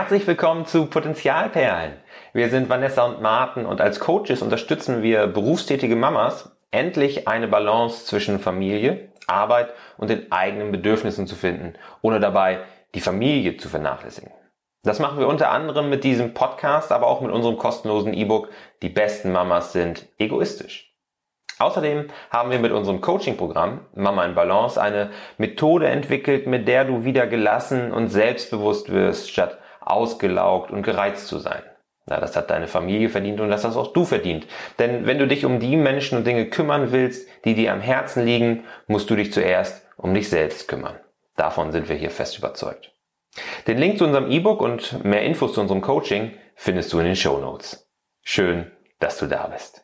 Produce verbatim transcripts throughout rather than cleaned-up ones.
Herzlich willkommen zu Potenzialperlen. Wir sind Vanessa und Martin und als Coaches unterstützen wir berufstätige Mamas, endlich eine Balance zwischen Familie, Arbeit und den eigenen Bedürfnissen zu finden, ohne dabei die Familie zu vernachlässigen. Das machen wir unter anderem mit diesem Podcast, aber auch mit unserem kostenlosen E-Book Die besten Mamas sind egoistisch. Außerdem haben wir mit unserem Coaching-Programm Mama in Balance eine Methode entwickelt, mit der du wieder gelassen und selbstbewusst wirst, statt ausgelaugt und gereizt zu sein. Na, das hat deine Familie verdient und das hast auch du verdient. Denn wenn du dich um die Menschen und Dinge kümmern willst, die dir am Herzen liegen, musst du dich zuerst um dich selbst kümmern. Davon sind wir hier fest überzeugt. Den Link zu unserem E-Book und mehr Infos zu unserem Coaching findest du in den Shownotes. Schön, dass du da bist.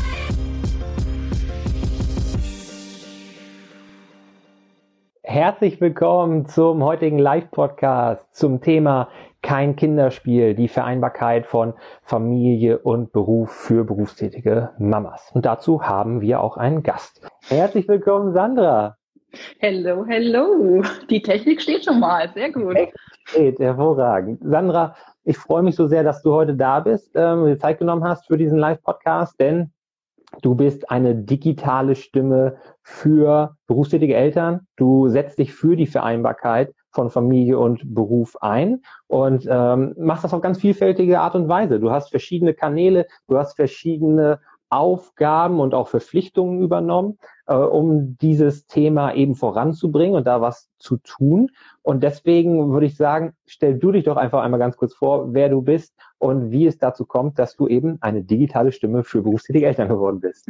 Herzlich willkommen zum heutigen Live-Podcast zum Thema Kein Kinderspiel, die Vereinbarkeit von Familie und Beruf für berufstätige Mamas. Und dazu haben wir auch einen Gast. Herzlich willkommen, Sandra. Hello, hello. Die Technik steht schon mal. Sehr gut. Steht, hervorragend. Sandra, ich freue mich so sehr, dass du heute da bist, ähm, dir Zeit genommen hast für diesen Live-Podcast, denn du bist eine digitale Stimme für berufstätige Eltern. Du setzt dich für die Vereinbarkeit von Familie und Beruf ein und ähm, machst das auf ganz vielfältige Art und Weise. Du hast verschiedene Kanäle, du hast verschiedene Aufgaben und auch Verpflichtungen übernommen, äh, um dieses Thema eben voranzubringen und da was zu tun. Und deswegen würde ich sagen, stell du dich doch einfach einmal ganz kurz vor, wer du bist und wie es dazu kommt, dass du eben eine digitale Stimme für berufstätige Eltern geworden bist.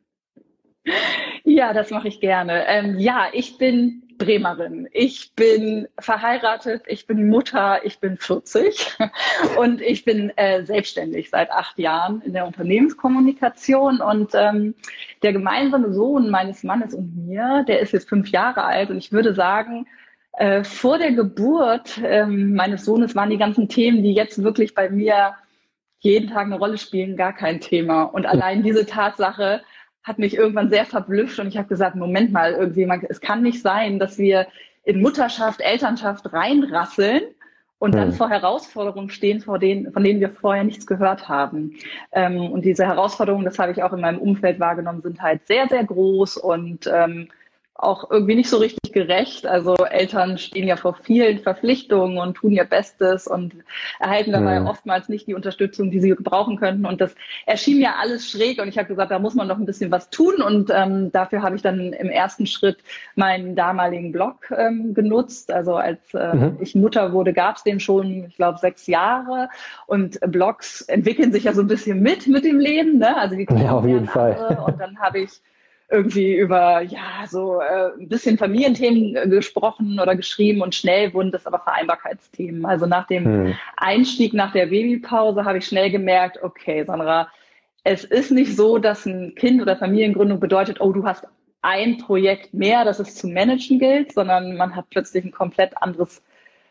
Ja, das mache ich gerne. Ähm, ja, ich bin Bremerin. Ich bin verheiratet, ich bin Mutter, ich bin vierzig und ich bin äh, selbstständig seit acht Jahren in der Unternehmenskommunikation. Und ähm, der gemeinsame Sohn meines Mannes und mir, der ist jetzt fünf Jahre alt und ich würde sagen, äh, vor der Geburt ähm, meines Sohnes waren die ganzen Themen, die jetzt wirklich bei mir jeden Tag eine Rolle spielen, gar kein Thema. Und allein diese Tatsache hat mich irgendwann sehr verblüfft und ich habe gesagt, Moment mal, irgendwie, man, es kann nicht sein, dass wir in Mutterschaft, Elternschaft reinrasseln und dann hm. vor Herausforderungen stehen, vor denen, von denen wir vorher nichts gehört haben. Ähm, und diese Herausforderungen, das habe ich auch in meinem Umfeld wahrgenommen, sind halt sehr, sehr groß und ähm, auch irgendwie nicht so richtig gerecht. Also Eltern stehen ja vor vielen Verpflichtungen und tun ihr Bestes und erhalten dabei mhm. oftmals nicht die Unterstützung, die sie gebrauchen könnten. Und das erschien mir alles schräg und ich habe gesagt, da muss man noch ein bisschen was tun. Und ähm, dafür habe ich dann im ersten Schritt meinen damaligen Blog ähm, genutzt. Also als äh, mhm. ich Mutter wurde, gab es den schon, ich glaube, sechs Jahre. Und Blogs entwickeln sich ja so ein bisschen mit mit dem Leben, ne? Also die ja, auf jeden Fall. Und dann habe ich irgendwie über ja so äh, ein bisschen Familienthemen äh, gesprochen oder geschrieben und schnell wurden das aber Vereinbarkeitsthemen. Also nach dem hm. Einstieg, nach der Babypause habe ich schnell gemerkt, okay, Sandra, es ist nicht so, dass ein Kind oder Familiengründung bedeutet, oh, du hast ein Projekt mehr, das es zu managen gilt, sondern man hat plötzlich ein komplett anderes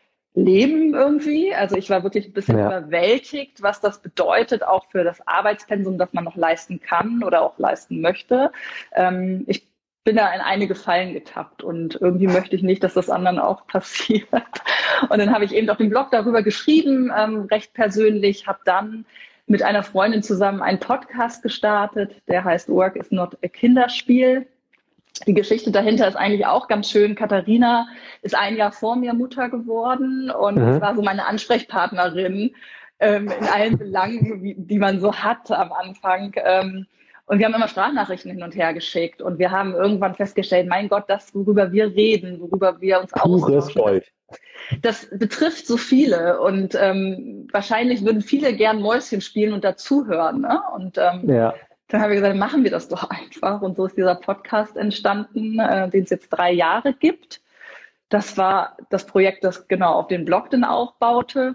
Leben irgendwie. Also ich war wirklich ein bisschen ja. überwältigt, was das bedeutet, auch für das Arbeitspensum, das man noch leisten kann oder auch leisten möchte. Ähm, ich bin da in einige Fallen getappt und irgendwie möchte ich nicht, dass das anderen auch passiert. Und dann habe ich eben auf dem Blog darüber geschrieben, ähm, recht persönlich, habe dann mit einer Freundin zusammen einen Podcast gestartet, der heißt Work is not a Kinderspiel. Die Geschichte dahinter ist eigentlich auch ganz schön. Katharina ist ein Jahr vor mir Mutter geworden und mhm. war so meine Ansprechpartnerin ähm, in allen Belangen, wie, die man so hat am Anfang. Ähm, und wir haben immer Sprachnachrichten hin und her geschickt und wir haben irgendwann festgestellt, mein Gott, das, worüber wir reden, worüber wir uns austauschen, das, das betrifft so viele und ähm, wahrscheinlich würden viele gern Mäuschen spielen und dazuhören. Ne? Und ähm, ja. Dann habe ich gesagt, machen wir das doch einfach. Und so ist dieser Podcast entstanden, äh, den es jetzt drei Jahre gibt. Das war das Projekt, das genau auf den Blog dann aufbaute.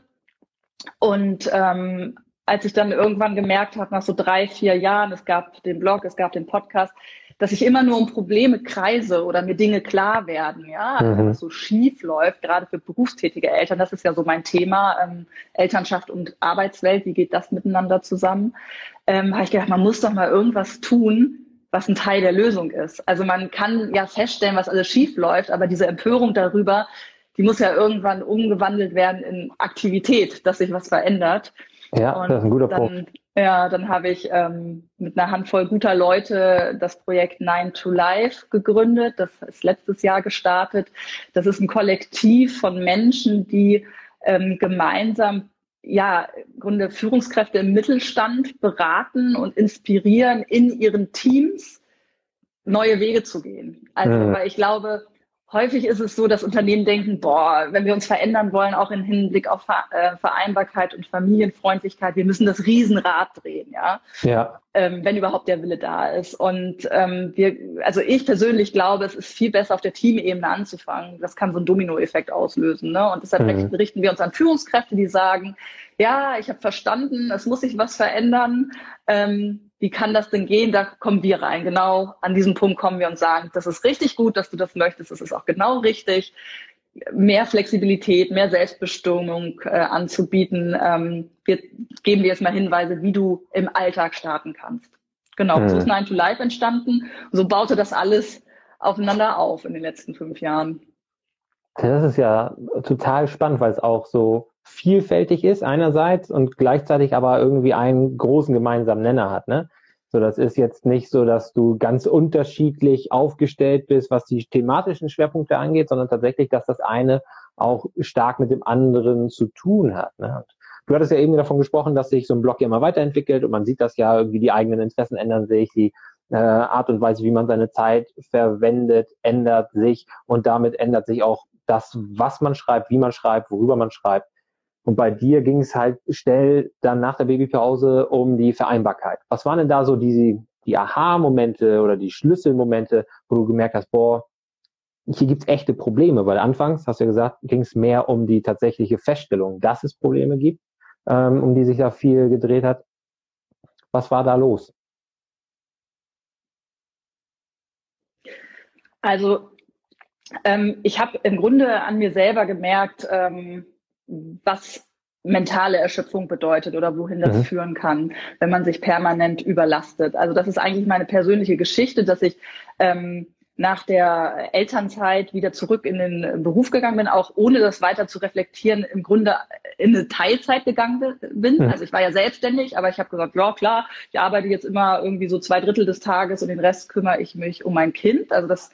Und ähm, als ich dann irgendwann gemerkt habe, nach so drei, vier Jahren, es gab den Blog, es gab den Podcast, dass ich immer nur um Probleme kreise oder mir Dinge klar werden, ja, also mhm. was so schief läuft, gerade für berufstätige Eltern, das ist ja so mein Thema, ähm, Elternschaft und Arbeitswelt, wie geht das miteinander zusammen, ähm, habe ich gedacht, man muss doch mal irgendwas tun, was ein Teil der Lösung ist. Also man kann ja feststellen, was alles schief läuft, aber diese Empörung darüber, die muss ja irgendwann umgewandelt werden in Aktivität, dass sich was verändert. Ja, und das ist ein guter dann, Punkt. Ja, dann habe ich ähm, mit einer Handvoll guter Leute das Projekt Nine to Life gegründet. Das ist letztes Jahr gestartet. Das ist ein Kollektiv von Menschen, die ähm, gemeinsam ja, im Grunde Führungskräfte im Mittelstand beraten und inspirieren, in ihren Teams neue Wege zu gehen. Also, mhm. weil ich glaube, häufig ist es so, dass Unternehmen denken, boah, wenn wir uns verändern wollen, auch im Hinblick auf Vereinbarkeit und Familienfreundlichkeit, wir müssen das Riesenrad drehen, ja, ja. Ähm, wenn überhaupt der Wille da ist. Und ähm, wir, also ich persönlich glaube, es ist viel besser, auf der Teamebene anzufangen. Das kann so einen Dominoeffekt auslösen, ne? Und deshalb mhm. richten wir uns an Führungskräfte, die sagen, ja, ich habe verstanden, es muss sich was verändern. Ähm, wie kann das denn gehen? Da kommen wir rein. Genau an diesem Punkt kommen wir und sagen, das ist richtig gut, dass du das möchtest. Das ist auch genau richtig. Mehr Flexibilität, mehr Selbstbestimmung äh, anzubieten. Ähm, wir geben dir jetzt mal Hinweise, wie du im Alltag starten kannst. Genau, mhm. so ist Nine to Life entstanden. Und so baute das alles aufeinander auf in den letzten fünf Jahren. Das ist ja total spannend, weil es auch so vielfältig ist einerseits und gleichzeitig aber irgendwie einen großen gemeinsamen Nenner hat, ne? So, das ist jetzt nicht so, dass du ganz unterschiedlich aufgestellt bist, was die thematischen Schwerpunkte angeht, sondern tatsächlich, dass das eine auch stark mit dem anderen zu tun hat, ne? Und du hattest ja eben davon gesprochen, dass sich so ein Blog ja immer weiterentwickelt und man sieht das ja, irgendwie die eigenen Interessen ändern sich, die äh, Art und Weise, wie man seine Zeit verwendet, ändert sich und damit ändert sich auch das, was man schreibt, wie man schreibt, worüber man schreibt. Und bei dir ging es halt schnell dann nach der Babypause um die Vereinbarkeit. Was waren denn da so die, die Aha-Momente oder die Schlüsselmomente, wo du gemerkt hast, boah, hier gibt's echte Probleme? Weil anfangs, hast du ja gesagt, ging es mehr um die tatsächliche Feststellung, dass es Probleme gibt, ähm, um die sich da viel gedreht hat. Was war da los? Also ähm, ich habe im Grunde an mir selber gemerkt, ähm, was mentale Erschöpfung bedeutet oder wohin das mhm. führen kann, wenn man sich permanent überlastet. Also das ist eigentlich meine persönliche Geschichte, dass ich ähm, nach der Elternzeit wieder zurück in den Beruf gegangen bin, auch ohne das weiter zu reflektieren, im Grunde in eine Teilzeit gegangen bin. Mhm. Also ich war ja selbstständig, aber ich habe gesagt, ja klar, ich arbeite jetzt immer irgendwie so zwei Drittel des Tages und den Rest kümmere ich mich um mein Kind. Also das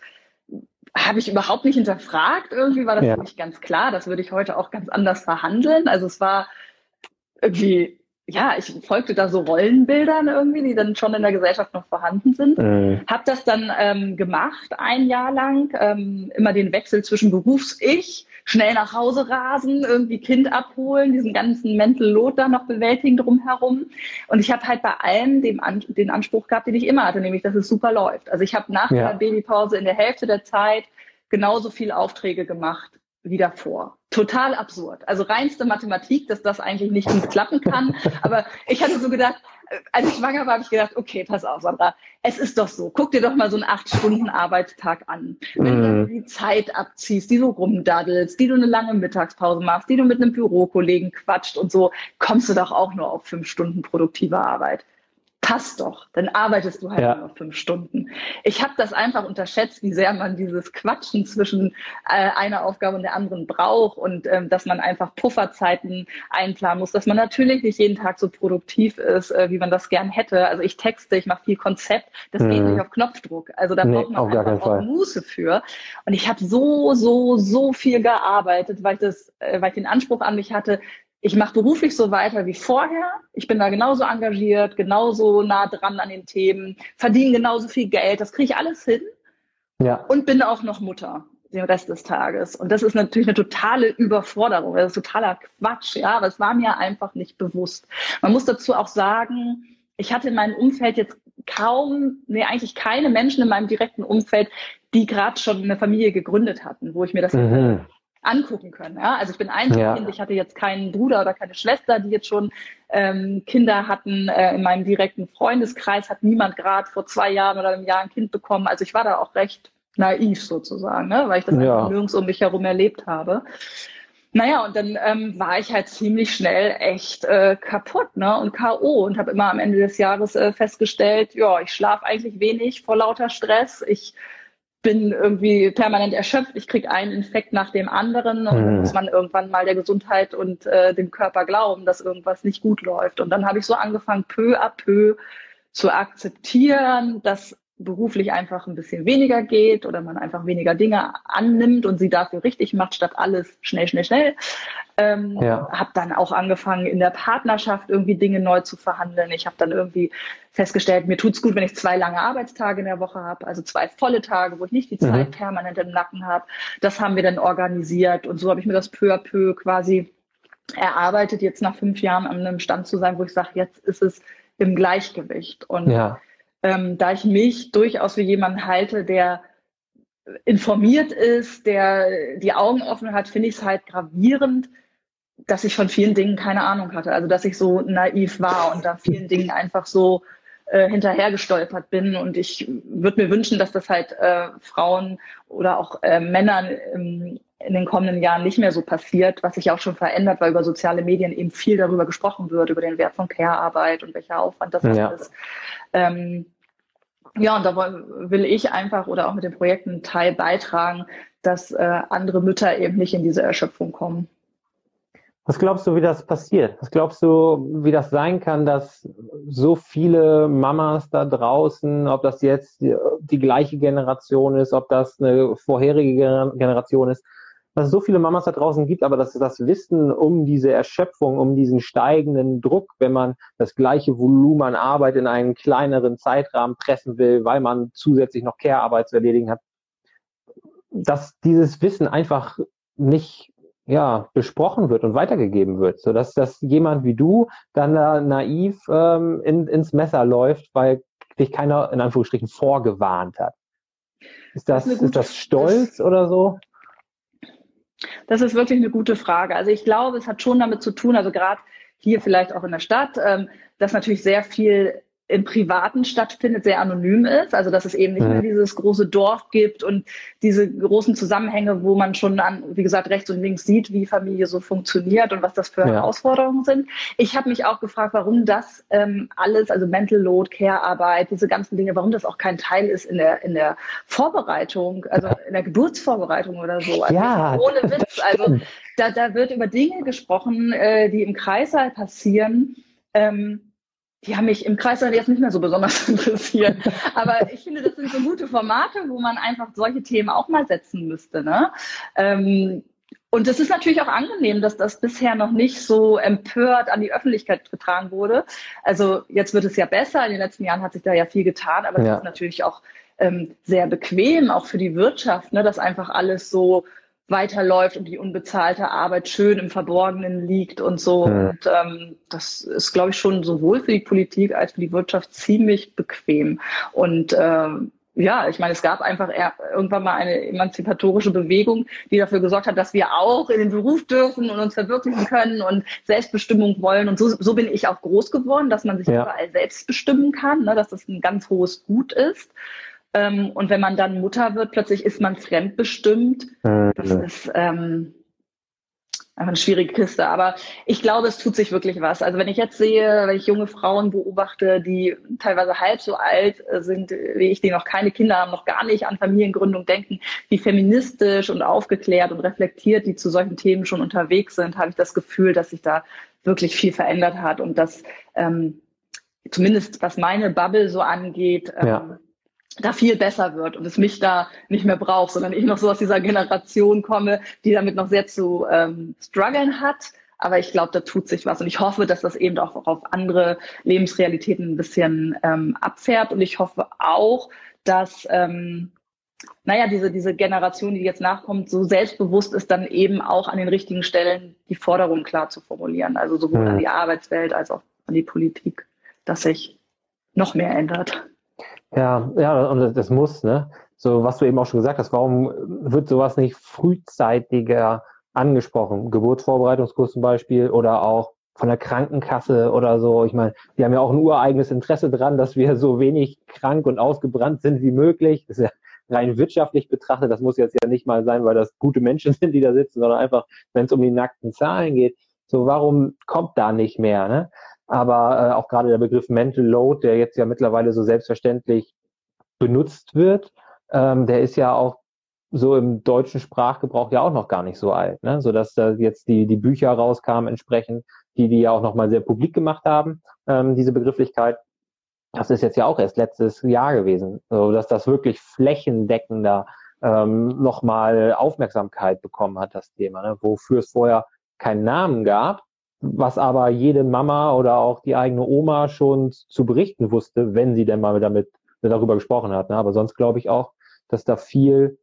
habe ich überhaupt nicht hinterfragt. Irgendwie war das ja. für mich ganz klar. Das würde ich heute auch ganz anders verhandeln. Also es war irgendwie, ja, ich folgte da so Rollenbildern irgendwie, die dann schon in der Gesellschaft noch vorhanden sind. Mhm. Habe das dann ähm, gemacht, ein Jahr lang. Ähm, immer den Wechsel zwischen Berufs-Ich, schnell nach Hause rasen, irgendwie Kind abholen, diesen ganzen Mental Load da noch bewältigen drumherum. Und ich habe halt bei allem den, An- den Anspruch gehabt, den ich immer hatte, nämlich, dass es super läuft. Also ich habe nach ja. der Babypause in der Hälfte der Zeit genauso viele Aufträge gemacht wie davor. Total absurd. Also reinste Mathematik, dass das eigentlich nicht gut klappen kann. Aber ich hatte so gedacht, als ich schwanger war, habe ich gedacht, okay, pass auf, Sandra, es ist doch so. Guck dir doch mal so einen acht-Stunden-Arbeitstag an. Wenn mm. du die Zeit abziehst, die du rumdaddelst, die du eine lange Mittagspause machst, die du mit einem Bürokollegen quatscht und so, kommst du doch auch nur auf fünf Stunden produktive Arbeit. Passt doch, dann arbeitest du halt ja. nur fünf Stunden. Ich habe das einfach unterschätzt, wie sehr man dieses Quatschen zwischen äh, einer Aufgabe und der anderen braucht und ähm, dass man einfach Pufferzeiten einplanen muss, dass man natürlich nicht jeden Tag so produktiv ist, äh, wie man das gern hätte. Also ich texte, ich mache viel Konzept, das hm. geht nicht auf Knopfdruck. Also da nee, braucht man einfach auch Muße für. Und ich habe so, so, so viel gearbeitet, weil ich, das, äh, weil ich den Anspruch an mich hatte, ich mache beruflich so weiter wie vorher. Ich bin da genauso engagiert, genauso nah dran an den Themen, verdiene genauso viel Geld. Das kriege ich alles hin. Ja. Und bin auch noch Mutter den Rest des Tages. Und das ist natürlich eine totale Überforderung. Das ist totaler Quatsch, ja. Aber es war mir einfach nicht bewusst. Man muss dazu auch sagen, ich hatte in meinem Umfeld jetzt kaum, nee, eigentlich keine Menschen in meinem direkten Umfeld, die gerade schon eine Familie gegründet hatten, wo ich mir das mhm. angucken können. Ja? Also ich bin Einzelkind, ja. ich hatte jetzt keinen Bruder oder keine Schwester, die jetzt schon ähm, Kinder hatten. Äh, in meinem direkten Freundeskreis hat niemand gerade vor zwei Jahren oder einem Jahr ein Kind bekommen. Also ich war da auch recht naiv sozusagen, ne? Weil ich das ja. einfach nirgends um mich herum erlebt habe. Naja, und dann ähm, war ich halt ziemlich schnell echt äh, kaputt, ne, und K O und habe immer am Ende des Jahres äh, festgestellt, ja, ich schlafe eigentlich wenig vor lauter Stress. Ich bin irgendwie permanent erschöpft, ich kriege einen Infekt nach dem anderen und dann muss man irgendwann mal der Gesundheit und äh, dem Körper glauben, dass irgendwas nicht gut läuft. Und dann habe ich so angefangen, peu à peu zu akzeptieren, dass beruflich einfach ein bisschen weniger geht oder man einfach weniger Dinge annimmt und sie dafür richtig macht, statt alles schnell, schnell, schnell. Ähm, ja. Habe dann auch angefangen, in der Partnerschaft irgendwie Dinge neu zu verhandeln. Ich habe dann irgendwie festgestellt, mir tut's gut, wenn ich zwei lange Arbeitstage in der Woche habe, also zwei volle Tage, wo ich nicht die Zeit mhm. permanent im Nacken habe. Das haben wir dann organisiert und so habe ich mir das peu à peu quasi erarbeitet, jetzt nach fünf Jahren an einem Stand zu sein, wo ich sage, jetzt ist es im Gleichgewicht. Und ja. ähm, da ich mich durchaus für jemanden halte, der informiert ist, der die Augen offen hat, finde ich es halt gravierend, dass ich von vielen Dingen keine Ahnung hatte. Also dass ich so naiv war und da vielen Dingen einfach so äh, hinterhergestolpert bin. Und ich würde mir wünschen, dass das halt äh, Frauen oder auch äh, Männern ähm, in den kommenden Jahren nicht mehr so passiert, was sich auch schon verändert, weil über soziale Medien eben viel darüber gesprochen wird, über den Wert von Care-Arbeit und welcher Aufwand das ja. ist. Ähm, ja, und da will ich einfach oder auch mit dem Projekt einen Teil beitragen, dass äh, andere Mütter eben nicht in diese Erschöpfung kommen. Was glaubst du, wie das passiert? Was glaubst du, wie das sein kann, dass so viele Mamas da draußen, ob das jetzt die, die gleiche Generation ist, ob das eine vorherige Generation ist, dass es so viele Mamas da draußen gibt, aber dass das Wissen um diese Erschöpfung, um diesen steigenden Druck, wenn man das gleiche Volumen an Arbeit in einen kleineren Zeitrahmen pressen will, weil man zusätzlich noch Care-Arbeit zu erledigen hat, dass dieses Wissen einfach nicht ja, besprochen wird und weitergegeben wird, sodass dass jemand wie du dann da naiv ähm, in, ins Messer läuft, weil dich keiner in Anführungsstrichen vorgewarnt hat. Ist das, das ist, ist das Stolz das, oder so? Das ist wirklich eine gute Frage. Also ich glaube, es hat schon damit zu tun, also gerade hier vielleicht auch in der Stadt, ähm, dass natürlich sehr viel im Privaten stattfindet, sehr anonym ist, also dass es eben nicht mehr dieses große Dorf gibt und diese großen Zusammenhänge, wo man schon an, wie gesagt, rechts und links sieht, wie Familie so funktioniert und was das für ja. Herausforderungen sind. Ich habe mich auch gefragt, warum das ähm, alles, also Mental Load, Care-Arbeit, diese ganzen Dinge, warum das auch kein Teil ist in der in der Vorbereitung, also in der Geburtsvorbereitung oder so. Also ja, ohne Witz, also da, da wird über Dinge gesprochen, äh, die im Kreißsaal passieren, ähm, die haben mich im Kreißsaal jetzt nicht mehr so besonders interessiert. Aber ich finde, das sind so gute Formate, wo man einfach solche Themen auch mal setzen müsste. Ne? Ähm, und es ist natürlich auch angenehm, dass das bisher noch nicht so empört an die Öffentlichkeit getragen wurde. Also jetzt wird es ja besser. In den letzten Jahren hat sich da ja viel getan. Aber es ja. ist natürlich auch ähm, sehr bequem, auch für die Wirtschaft, ne, dass einfach alles so weiterläuft und die unbezahlte Arbeit schön im Verborgenen liegt und so. Mhm. Und ähm, das ist, glaube ich, schon sowohl für die Politik als für die Wirtschaft ziemlich bequem. Und ähm, ja, ich meine, es gab einfach eher, irgendwann mal eine emanzipatorische Bewegung, die dafür gesorgt hat, dass wir auch in den Beruf dürfen und uns verwirklichen können und Selbstbestimmung wollen. Und so, so bin ich auch groß geworden, dass man sich ja. überall selbst bestimmen kann, ne, dass das ein ganz hohes Gut ist. Ähm, und wenn man dann Mutter wird, plötzlich ist man fremdbestimmt. Das ist ähm, einfach eine schwierige Kiste. Aber ich glaube, es tut sich wirklich was. Also wenn ich jetzt sehe, wenn ich junge Frauen beobachte, die teilweise halb so alt sind wie ich, die noch keine Kinder haben, noch gar nicht an Familiengründung denken, wie feministisch und aufgeklärt und reflektiert die zu solchen Themen schon unterwegs sind, habe ich das Gefühl, dass sich da wirklich viel verändert hat und dass ähm, zumindest was meine Bubble so angeht, ähm, ja. da viel besser wird und es mich da nicht mehr braucht, sondern ich noch so aus dieser Generation komme, die damit noch sehr zu ähm, strugglen hat. Aber ich glaube, da tut sich was und ich hoffe, dass das eben auch auf andere Lebensrealitäten ein bisschen ähm, abfärbt und ich hoffe auch, dass ähm, naja, diese, diese Generation, die jetzt nachkommt, so selbstbewusst ist, dann eben auch an den richtigen Stellen die Forderungen klar zu formulieren. Also sowohl mhm. an die Arbeitswelt als auch an die Politik, dass sich noch mehr ändert. Ja, ja, und das muss, ne? So, was du eben auch schon gesagt hast, warum wird sowas nicht frühzeitiger angesprochen? Geburtsvorbereitungskurs zum Beispiel oder auch von der Krankenkasse oder so. Ich meine, die haben ja auch ein ureigenes Interesse dran, dass wir so wenig krank und ausgebrannt sind wie möglich. Das ist ja rein wirtschaftlich betrachtet. Das muss jetzt ja nicht mal sein, weil das gute Menschen sind, die da sitzen, sondern einfach, wenn es um die nackten Zahlen geht. So, warum kommt da nicht mehr, ne? Aber äh, auch gerade der Begriff Mental Load, der jetzt ja mittlerweile so selbstverständlich benutzt wird, ähm, der ist ja auch so im deutschen Sprachgebrauch ja auch noch gar nicht so alt, ne? Sodass da jetzt die, die Bücher rauskamen entsprechend, die die ja auch nochmal sehr publik gemacht haben, ähm, diese Begrifflichkeit. Das ist jetzt ja auch erst letztes Jahr gewesen, so dass das wirklich flächendeckender ähm, nochmal Aufmerksamkeit bekommen hat, das Thema, ne? Wofür es vorher keinen Namen gab, was aber jede Mama oder auch die eigene Oma schon zu berichten wusste, wenn sie denn mal damit darüber gesprochen hat, ne? Aber sonst glaube ich auch, dass da viel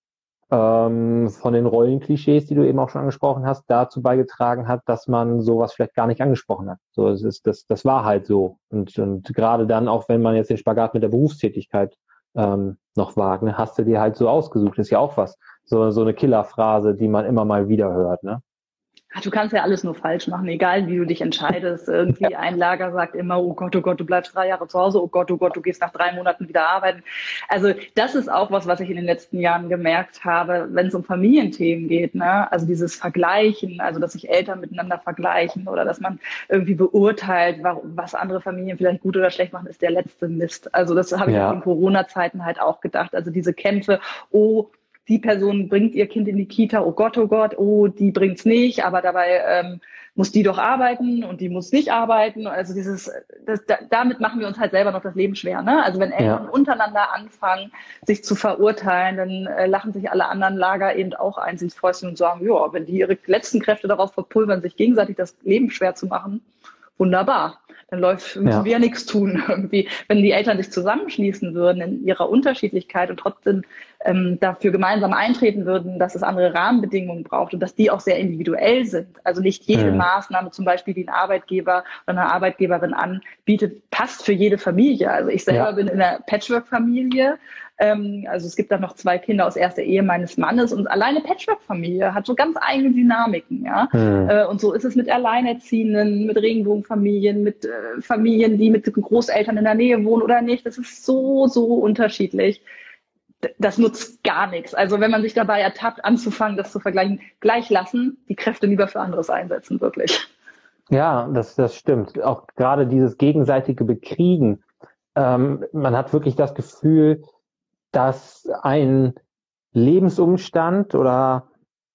ähm, von den Rollenklischees, die du eben auch schon angesprochen hast, dazu beigetragen hat, dass man sowas vielleicht gar nicht angesprochen hat. So, es ist, das, das war halt so. Und, und gerade dann, auch wenn man jetzt den Spagat mit der Berufstätigkeit ähm, noch wagt, ne, hast du dir halt so ausgesucht. Das ist ja auch was. So, so eine Killerphrase, die man immer mal wieder hört, ne? Ach, du kannst ja alles nur falsch machen, egal wie du dich entscheidest. Irgendwie ja. Ein Lager sagt immer, oh Gott, oh Gott, du bleibst drei Jahre zu Hause, oh Gott, oh Gott, du gehst nach drei Monaten wieder arbeiten. Also das ist auch was, was ich in den letzten Jahren gemerkt habe, wenn es um Familienthemen geht, ne? Also dieses Vergleichen, also dass sich Eltern miteinander vergleichen oder dass man irgendwie beurteilt, was andere Familien vielleicht gut oder schlecht machen, ist der letzte Mist. Also das habe ich ja. in Corona-Zeiten halt auch gedacht. Also diese Kämpfe, oh, die Person bringt ihr Kind in die Kita, oh Gott, oh Gott, oh, die bringt's nicht, aber dabei ähm, muss die doch arbeiten und die muss nicht arbeiten. Also dieses, das, da, damit machen wir uns halt selber noch das Leben schwer, ne? Also wenn Eltern ja. untereinander anfangen, sich zu verurteilen, dann äh, lachen sich alle anderen Lager eben auch eins ins Fäustchen und sagen, ja, wenn die ihre letzten Kräfte darauf verpulvern, sich gegenseitig das Leben schwer zu machen, wunderbar. Dann läuft, müssen ja. wir ja nichts tun irgendwie. Wenn die Eltern sich zusammenschließen würden in ihrer Unterschiedlichkeit und trotzdem ähm, dafür gemeinsam eintreten würden, dass es andere Rahmenbedingungen braucht und dass die auch sehr individuell sind. Also nicht jede mhm. Maßnahme zum Beispiel, die ein Arbeitgeber oder eine Arbeitgeberin anbietet, passt für jede Familie. Also ich selber ja. bin in einer Patchwork-Familie. Ähm, also es gibt da noch zwei Kinder aus erster Ehe meines Mannes und alleine Patchwork-Familie hat so ganz eigene Dynamiken, ja. Mhm. Äh, und so ist es mit Alleinerziehenden, mit Regenbogenfamilien, mit äh, Familien, die mit Großeltern in der Nähe wohnen oder nicht. Das ist so, so unterschiedlich. Das nutzt gar nichts. Also wenn man sich dabei ertappt, anzufangen, das zu vergleichen, gleich lassen, die Kräfte lieber für anderes einsetzen, wirklich. Ja, das, das stimmt. Auch gerade dieses gegenseitige Bekriegen. Ähm, man hat wirklich das Gefühl, dass ein Lebensumstand oder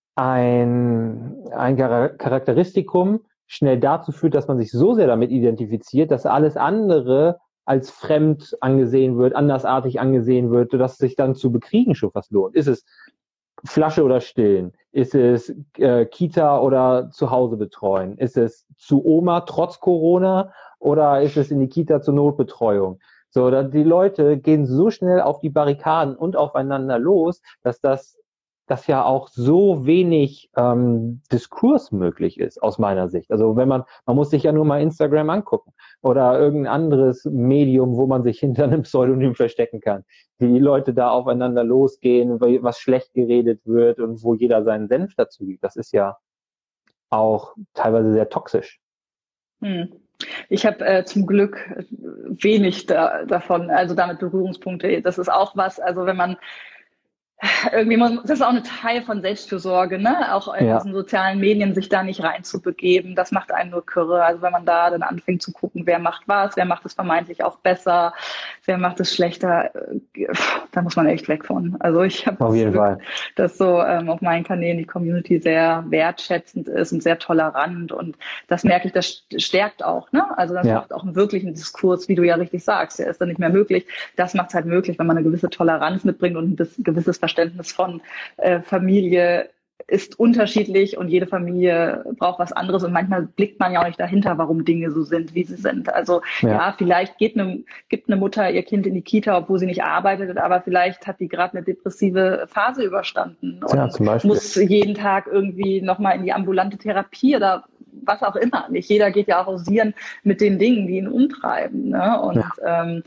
ein, ein Charakteristikum schnell dazu führt, dass man sich so sehr damit identifiziert, dass alles andere als fremd angesehen wird, andersartig angesehen wird, dass es sich dann zu bekriegen schon fast lohnt. Ist es Flasche oder Stillen? Ist es äh, Kita oder zu Hause betreuen? Ist es zu Oma trotz Corona oder ist es in die Kita zur Notbetreuung? So, da, die Leute gehen so schnell auf die Barrikaden und aufeinander los, dass das, das ja auch so wenig ähm, Diskurs möglich ist, aus meiner Sicht. Also wenn man, man muss sich ja nur mal Instagram angucken oder irgendein anderes Medium, wo man sich hinter einem Pseudonym verstecken kann. Wie die Leute da aufeinander losgehen, was schlecht geredet wird und wo jeder seinen Senf dazu gibt. Das ist ja auch teilweise sehr toxisch. Hm. Ich habe äh, zum Glück wenig da, davon, also damit Berührungspunkte. Das ist auch was, also wenn man irgendwie, man, das ist auch ein Teil von Selbstfürsorge, ne? Auch in ja. diesen sozialen Medien sich da nicht reinzubegeben, das macht einen nur kirre. Also wenn man da dann anfängt zu gucken, wer macht was, wer macht es vermeintlich auch besser, wer macht es schlechter, da muss man echt weg von. Also ich habe auf jeden Glück, Fall, dass so ähm, auf meinen Kanälen die Community sehr wertschätzend ist und sehr tolerant und das merke ich, das stärkt auch, ne? Also das ja. macht auch einen wirklichen Diskurs, wie du ja richtig sagst, der ist dann nicht mehr möglich. Das macht es halt möglich, wenn man eine gewisse Toleranz mitbringt und ein gewisses Verständnis von äh, Familie ist unterschiedlich und jede Familie braucht was anderes und manchmal blickt man ja auch nicht dahinter, warum Dinge so sind, wie sie sind. Also ja, ja vielleicht geht eine, gibt eine Mutter ihr Kind in die Kita, obwohl sie nicht arbeitet, aber vielleicht hat die gerade eine depressive Phase überstanden und ja, zum Beispiel. muss jeden Tag irgendwie nochmal in die ambulante Therapie oder was auch immer. Nicht jeder geht ja auch hausieren mit den Dingen, die ihn umtreiben. Ne? Und ja. ähm,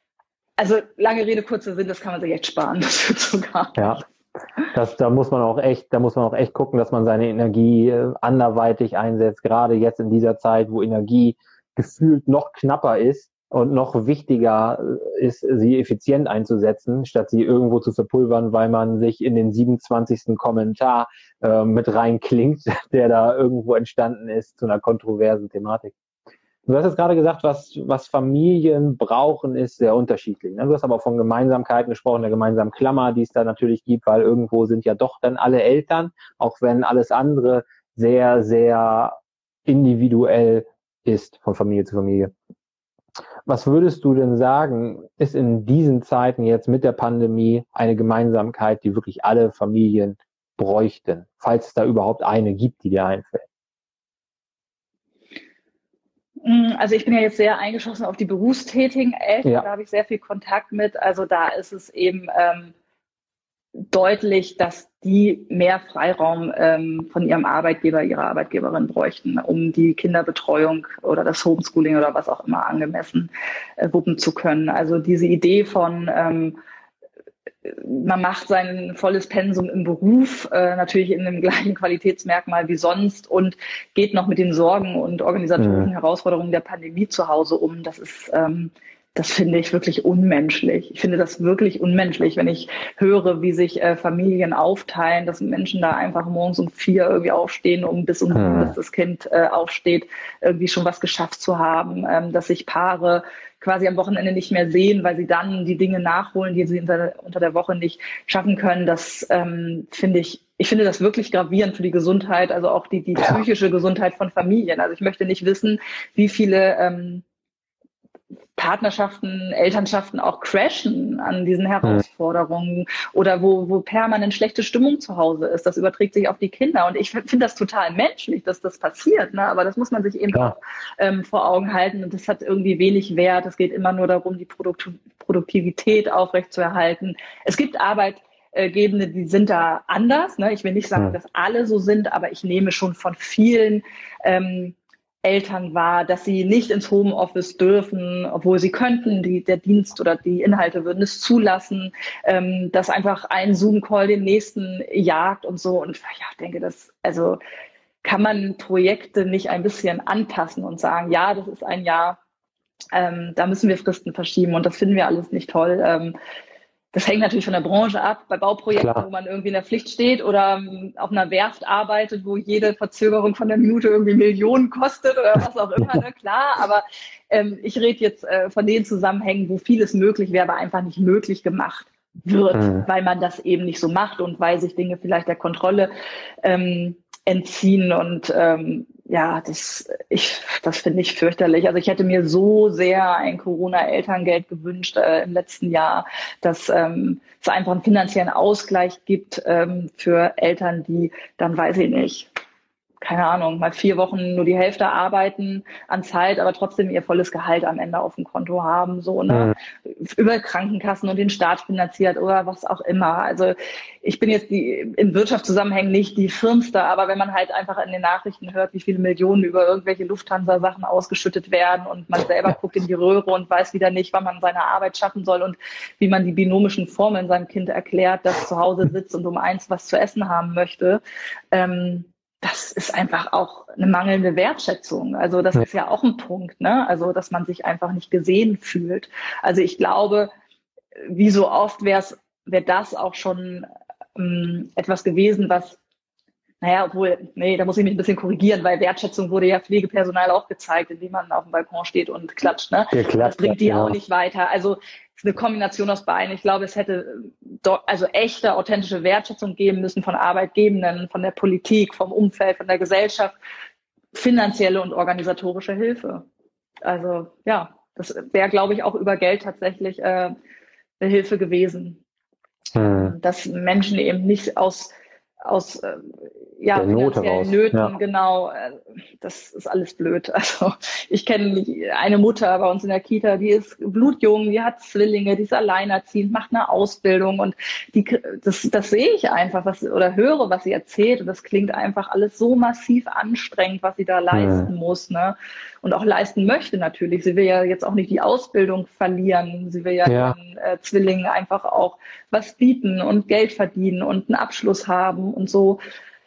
Also lange Rede, kurzer Sinn, das kann man sich echt sparen. Das wird sogar. Ja, das, da muss man auch echt, da muss man auch echt gucken, dass man seine Energie äh, anderweitig einsetzt. Gerade jetzt in dieser Zeit, wo Energie gefühlt noch knapper ist und noch wichtiger ist, sie effizient einzusetzen, statt sie irgendwo zu verpulvern, weil man sich in den siebenundzwanzigsten Kommentar äh, mit reinklingt, der da irgendwo entstanden ist zu einer kontroversen Thematik. Du hast jetzt gerade gesagt, was, was Familien brauchen, ist sehr unterschiedlich. Du hast aber auch von Gemeinsamkeiten gesprochen, der gemeinsamen Klammer, die es da natürlich gibt, weil irgendwo sind ja doch dann alle Eltern, auch wenn alles andere sehr, sehr individuell ist von Familie zu Familie. Was würdest du denn sagen, ist in diesen Zeiten jetzt mit der Pandemie eine Gemeinsamkeit, die wirklich alle Familien bräuchten, falls es da überhaupt eine gibt, die dir einfällt? Also ich bin ja jetzt sehr eingeschossen auf die berufstätigen Eltern, ja. Da habe ich sehr viel Kontakt mit. Also da ist es eben ähm, deutlich, dass die mehr Freiraum ähm, von ihrem Arbeitgeber, ihrer Arbeitgeberin bräuchten, um die Kinderbetreuung oder das Homeschooling oder was auch immer angemessen äh, wuppen zu können. Also diese Idee von ähm, man macht sein volles Pensum im Beruf, äh, natürlich in dem gleichen Qualitätsmerkmal wie sonst und geht noch mit den Sorgen und organisatorischen mhm. Herausforderungen der Pandemie zu Hause um. Das ist, ähm, das finde ich wirklich unmenschlich. Ich finde das wirklich unmenschlich, wenn ich höre, wie sich äh, Familien aufteilen, dass Menschen da einfach morgens um vier irgendwie aufstehen, um bis um mhm. bis das Kind äh, aufsteht, irgendwie schon was geschafft zu haben, ähm, dass sich Paare quasi am Wochenende nicht mehr sehen, weil sie dann die Dinge nachholen, die sie unter, unter der Woche nicht schaffen können. Das ähm, finde ich, ich finde das wirklich gravierend für die Gesundheit, also auch die, die ja. psychische Gesundheit von Familien. Also ich möchte nicht wissen, wie viele ähm, Partnerschaften, Elternschaften auch crashen an diesen Herausforderungen mhm. oder wo, wo permanent schlechte Stimmung zu Hause ist. Das überträgt sich auf die Kinder. Und ich finde das total menschlich, dass das passiert. Ne? Aber das muss man sich eben ja. auch ähm, vor Augen halten. Und das hat irgendwie wenig Wert. Es geht immer nur darum, die Produkt- Produktivität aufrechtzuerhalten. Es gibt Arbeitgebende, die sind da anders. Ne? Ich will nicht sagen, mhm. dass alle so sind, aber ich nehme schon von vielen ähm, Eltern wahr, dass sie nicht ins Homeoffice dürfen, obwohl sie könnten. Die, der Dienst oder die Inhalte würden es zulassen, ähm, dass einfach ein Zoom-Call den nächsten jagt und so. Und ja, ich denke, das, also kann man Projekte nicht ein bisschen anpassen und sagen, ja, das ist ein Jahr, ähm, da müssen wir Fristen verschieben und das finden wir alles nicht toll. Ähm, Das hängt natürlich von der Branche ab. Bei Bauprojekten, Klar. wo man irgendwie in der Pflicht steht oder um, auf einer Werft arbeitet, wo jede Verzögerung von der Minute irgendwie Millionen kostet oder was auch immer, ne? Klar. Aber ähm, ich rede jetzt äh, von den Zusammenhängen, wo vieles möglich wäre, aber einfach nicht möglich gemacht wird, mhm. weil man das eben nicht so macht und weil sich Dinge vielleicht der Kontrolle ähm, entziehen und ähm, ja, das ich das finde ich fürchterlich. Also ich hätte mir so sehr ein Corona-Elterngeld gewünscht äh, im letzten Jahr, dass ähm, es einfach einen finanziellen Ausgleich gibt ähm, für Eltern, die dann, weiß ich nicht, keine Ahnung, mal vier Wochen nur die Hälfte arbeiten an Zeit, aber trotzdem ihr volles Gehalt am Ende auf dem Konto haben, so, ne? Mhm. Über Krankenkassen und den Staat finanziert oder was auch immer. Also ich bin jetzt die in Wirtschaftszusammenhängen nicht die Firmste, aber wenn man halt einfach in den Nachrichten hört, wie viele Millionen über irgendwelche Lufthansa-Sachen ausgeschüttet werden und man selber guckt in die Röhre und weiß wieder nicht, wann man seine Arbeit schaffen soll und wie man die binomischen Formeln seinem Kind erklärt, das zu Hause sitzt und um eins was zu essen haben möchte, ähm, das ist einfach auch eine mangelnde Wertschätzung. Also das ist ja auch ein Punkt, ne? Also dass man sich einfach nicht gesehen fühlt. Also ich glaube, wie so oft wäre es, wäre das auch schon ähm, etwas gewesen, was, naja, obwohl, nee, da muss ich mich ein bisschen korrigieren, weil Wertschätzung wurde ja Pflegepersonal auch gezeigt, indem man auf dem Balkon steht und klatscht, ne? Ja, klar, das bringt die ja auch nicht weiter. Also es ist eine Kombination aus beiden. Ich glaube, es hätte do, also echte, authentische Wertschätzung geben müssen von Arbeitgebenden, von der Politik, vom Umfeld, von der Gesellschaft, finanzielle und organisatorische Hilfe. Also ja, das wäre, glaube ich, auch über Geld tatsächlich äh, eine Hilfe gewesen. Hm. Dass Menschen eben nicht aus aus äh, ja, finanziellen Nöten, ja. Genau, äh, das ist alles blöd. Also ich kenne eine Mutter bei uns in der Kita, die ist blutjung, die hat Zwillinge, die ist alleinerziehend, macht eine Ausbildung und die, das, das sehe ich einfach, was oder höre, was sie erzählt und das klingt einfach alles so massiv anstrengend, was sie da leisten hm. muss, ne? Und auch leisten möchte natürlich. Sie will ja jetzt auch nicht die Ausbildung verlieren. Sie will ja, ja. den äh, Zwillingen einfach auch was bieten und Geld verdienen und einen Abschluss haben und so.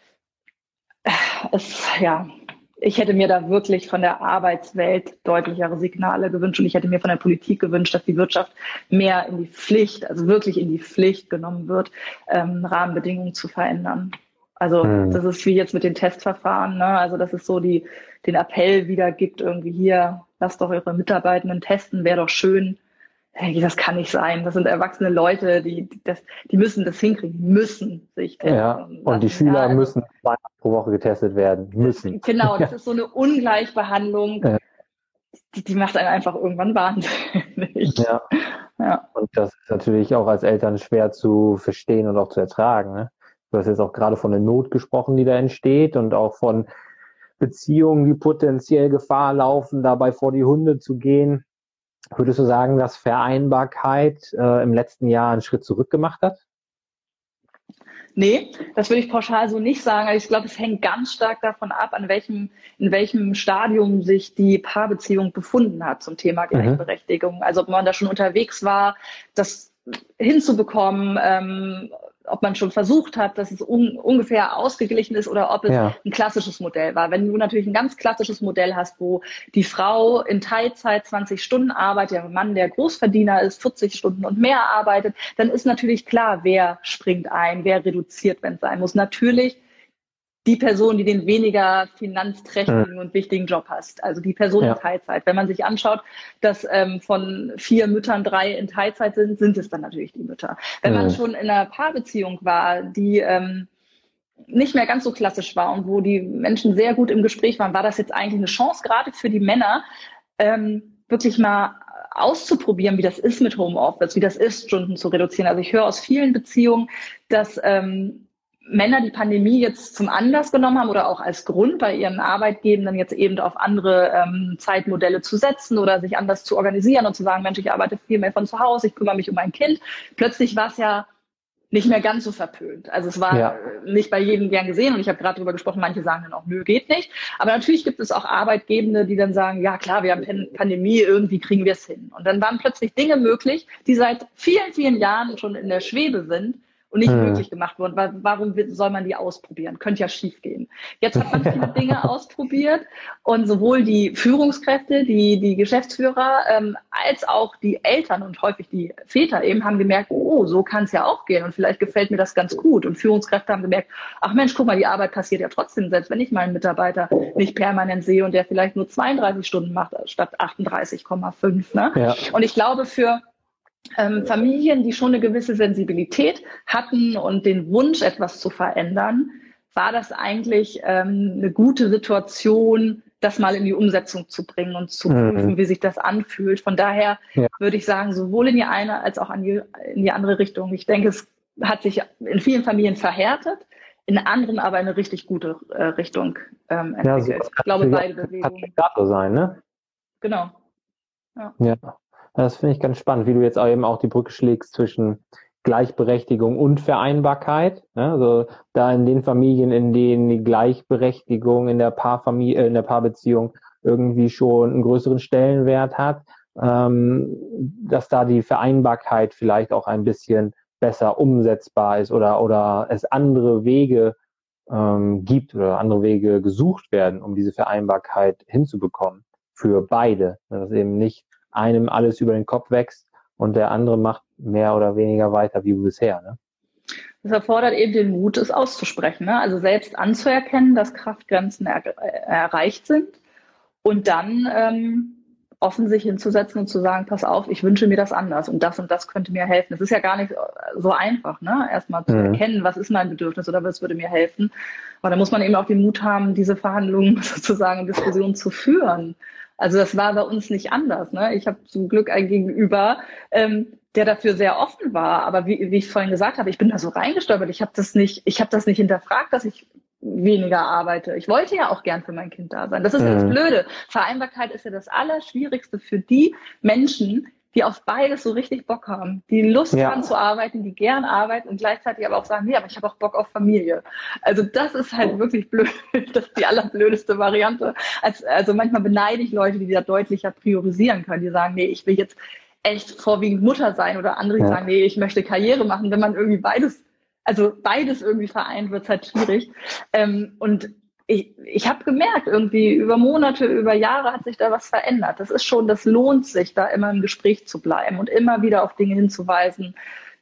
Es, ja, ich hätte mir da wirklich von der Arbeitswelt deutlichere Signale gewünscht und ich hätte mir von der Politik gewünscht, dass die Wirtschaft mehr in die Pflicht, also wirklich in die Pflicht genommen wird, ähm, Rahmenbedingungen zu verändern. Also Mhm. das ist wie jetzt mit den Testverfahren, ne? Also dass es so die, den Appell wieder gibt, irgendwie hier, lasst doch eure Mitarbeitenden testen, wäre doch schön. Hey, das kann nicht sein. Das sind erwachsene Leute, die, die, das, die müssen das hinkriegen, die müssen sich testen Ja, lassen. und die Schüler Ja, also, müssen zweimal pro Woche getestet werden. Müssen. genau, das ist so eine Ungleichbehandlung, Ja. die, die macht einen einfach irgendwann wahnsinnig. Ja. Ja. Und das ist natürlich auch als Eltern schwer zu verstehen und auch zu ertragen. Ne? Du hast jetzt auch gerade von der Not gesprochen, die da entsteht und auch von Beziehungen, die potenziell Gefahr laufen, dabei vor die Hunde zu gehen. Würdest du sagen, dass Vereinbarkeit äh, im letzten Jahr einen Schritt zurück gemacht hat? Nee, das würde ich pauschal so nicht sagen. Also ich glaube, es hängt ganz stark davon ab, an welchem, in welchem Stadium sich die Paarbeziehung befunden hat zum Thema Gleichberechtigung. Mhm. Also ob man da schon unterwegs war, das hinzubekommen, ähm, ob man schon versucht hat, dass es un- ungefähr ausgeglichen ist oder ob es ja. ein klassisches Modell war. Wenn du natürlich ein ganz klassisches Modell hast, wo die Frau in Teilzeit zwanzig Stunden arbeitet, der Mann, der Großverdiener ist, vierzig Stunden und mehr arbeitet, dann ist natürlich klar, wer springt ein, wer reduziert, wenn es sein muss. Natürlich die Person, die den weniger finanzträchtigen mhm. und wichtigen Job hast, also die Person ja. in Teilzeit. Wenn man sich anschaut, dass ähm, von vier Müttern drei in Teilzeit sind, sind es dann natürlich die Mütter. Wenn mhm. man schon in einer Paarbeziehung war, die ähm, nicht mehr ganz so klassisch war und wo die Menschen sehr gut im Gespräch waren, war das jetzt eigentlich eine Chance, gerade für die Männer, ähm, wirklich mal auszuprobieren, wie das ist mit Homeoffice, wie das ist, Stunden zu reduzieren. Also ich höre aus vielen Beziehungen, dass ähm, Männer die Pandemie jetzt zum Anlass genommen haben oder auch als Grund bei ihren Arbeitgebenden jetzt eben auf andere ähm, Zeitmodelle zu setzen oder sich anders zu organisieren und zu sagen, Mensch, ich arbeite viel mehr von zu Hause, ich kümmere mich um mein Kind. Plötzlich war es ja nicht mehr ganz so verpönt. Also es war ja. nicht bei jedem gern gesehen und ich habe gerade darüber gesprochen, manche sagen dann auch, nö, geht nicht. Aber natürlich gibt es auch Arbeitgebende, die dann sagen, ja klar, wir haben Pandemie, irgendwie kriegen wir es hin. Und dann waren plötzlich Dinge möglich, die seit vielen, vielen Jahren schon in der Schwebe sind und nicht hm. möglich gemacht wurden. Weil, warum soll man die ausprobieren? Könnte ja schief gehen. Jetzt hat man viele Dinge ausprobiert und sowohl die Führungskräfte, die, die Geschäftsführer, ähm, als auch die Eltern und häufig die Väter eben haben gemerkt, oh, so kann es ja auch gehen und vielleicht gefällt mir das ganz gut. Und Führungskräfte haben gemerkt, ach Mensch, guck mal, die Arbeit passiert ja trotzdem, selbst wenn ich meinen Mitarbeiter nicht permanent sehe und der vielleicht nur zweiunddreißig Stunden macht statt achtunddreißig Komma fünf. Ne? Ja. Und ich glaube, für Ähm, Familien, die schon eine gewisse Sensibilität hatten und den Wunsch, etwas zu verändern, war das eigentlich ähm, eine gute Situation, das mal in die Umsetzung zu bringen und zu prüfen, mhm. wie sich das anfühlt. Von daher ja. würde ich sagen, sowohl in die eine als auch an die, in die andere Richtung. Ich denke, es hat sich in vielen Familien verhärtet, in anderen aber in eine richtig gute äh, Richtung ähm, entwickelt. Ja, so ich glaube, beide Bewegungen. Kann sein, ne? Genau. Ja. ja. Das finde ich ganz spannend, wie du jetzt eben auch die Brücke schlägst zwischen Gleichberechtigung und Vereinbarkeit. Also da in den Familien, in denen die Gleichberechtigung in der Paarfamilie, in der Paarbeziehung irgendwie schon einen größeren Stellenwert hat, dass da die Vereinbarkeit vielleicht auch ein bisschen besser umsetzbar ist oder oder es andere Wege gibt oder andere Wege gesucht werden, um diese Vereinbarkeit hinzubekommen für beide. Dass eben nicht einem alles über den Kopf wächst und der andere macht mehr oder weniger weiter wie bisher. Ne? Das erfordert eben den Mut, es auszusprechen. Ne? Also selbst anzuerkennen, dass Kraftgrenzen er- erreicht sind und dann ähm, offen sich hinzusetzen und zu sagen, pass auf, ich wünsche mir das anders und das und das könnte mir helfen. Das ist ja gar nicht so einfach, ne? Erstmal zu mhm. erkennen, was ist mein Bedürfnis oder was würde mir helfen. Aber da muss man eben auch den Mut haben, diese Verhandlungen sozusagen, Diskussionen zu führen. Also das war bei uns nicht anders. Ne? Ich habe zum Glück ein Gegenüber, ähm, der dafür sehr offen war. Aber wie, wie ich vorhin gesagt habe, ich bin da so reingestolpert. Ich habe das nicht, ich habe das nicht hinterfragt, dass ich weniger arbeite. Ich wollte ja auch gern für mein Kind da sein. Das ist ja das Blöde. Vereinbarkeit ist ja das Allerschwierigste für die Menschen, die auf beides so richtig Bock haben, die Lust ja. haben zu arbeiten, die gern arbeiten und gleichzeitig aber auch sagen, nee, aber ich habe auch Bock auf Familie. Also das ist halt wirklich blöd, das ist die allerblödeste Variante. Also, also manchmal beneide ich Leute, die da deutlicher priorisieren können, die sagen, nee, ich will jetzt echt vorwiegend Mutter sein oder andere, die ja. sagen, nee, ich möchte Karriere machen. Wenn man irgendwie beides, also beides irgendwie vereint, wird es halt schwierig. Ähm, und Ich, ich habe gemerkt, irgendwie über Monate, über Jahre hat sich da was verändert. Das ist schon, das lohnt sich, da immer im Gespräch zu bleiben und immer wieder auf Dinge hinzuweisen,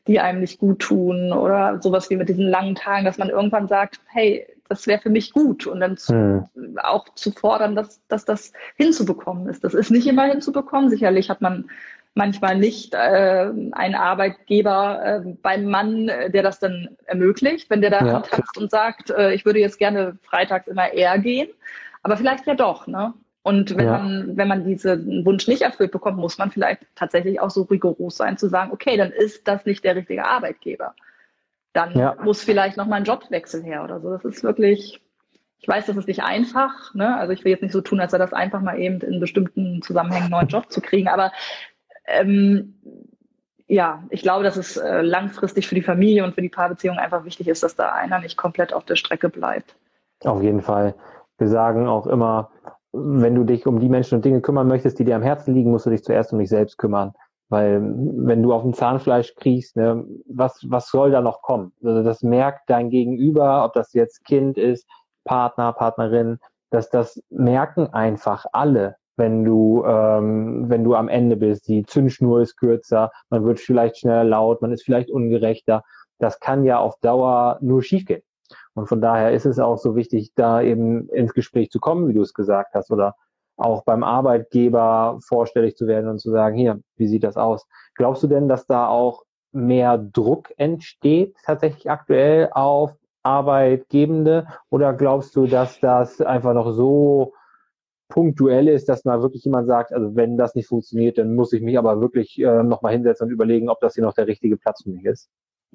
die einem nicht gut tun oder sowas wie mit diesen langen Tagen, dass man irgendwann sagt, hey, das wäre für mich gut und dann zu, hm. auch zu fordern, dass, dass das hinzubekommen ist. Das ist nicht immer hinzubekommen. Sicherlich hat man manchmal nicht äh, einen Arbeitgeber äh, beim Mann, äh, der das dann ermöglicht, wenn der da ja. antanzt und sagt, äh, ich würde jetzt gerne freitags immer eher gehen, aber vielleicht ja doch, ne? Und wenn ja. man, wenn man diesen Wunsch nicht erfüllt bekommt, muss man vielleicht tatsächlich auch so rigoros sein, zu sagen, okay, dann ist das nicht der richtige Arbeitgeber. Dann ja. muss vielleicht nochmal ein Jobwechsel her oder so. Das ist wirklich, ich weiß, das ist nicht einfach, ne? Also ich will jetzt nicht so tun, als sei das einfach mal eben in bestimmten Zusammenhängen einen neuen Job zu kriegen, aber ähm, ja, ich glaube, dass es äh, langfristig für die Familie und für die Paarbeziehung einfach wichtig ist, dass da einer nicht komplett auf der Strecke bleibt. Auf jeden Fall. Wir sagen auch immer, wenn du dich um die Menschen und Dinge kümmern möchtest, die dir am Herzen liegen, musst du dich zuerst um dich selbst kümmern. Weil wenn du auf dem Zahnfleisch kriegst, ne, was, was soll da noch kommen? Also das merkt dein Gegenüber, ob das jetzt Kind ist, Partner, Partnerin, dass das merken einfach alle, wenn du, ähm, wenn du am Ende bist. Die Zündschnur ist kürzer, man wird vielleicht schneller laut, man ist vielleicht ungerechter. Das kann ja auf Dauer nur schiefgehen. Und von daher ist es auch so wichtig, da eben ins Gespräch zu kommen, wie du es gesagt hast, oder auch beim Arbeitgeber vorstellig zu werden und zu sagen, hier, wie sieht das aus? Glaubst du denn, dass da auch mehr Druck entsteht tatsächlich aktuell auf Arbeitgebende? Oder glaubst du, dass das einfach noch so punktuell ist, dass mal wirklich jemand sagt, also wenn das nicht funktioniert, dann muss ich mich aber wirklich äh, nochmal hinsetzen und überlegen, ob das hier noch der richtige Platz für mich ist?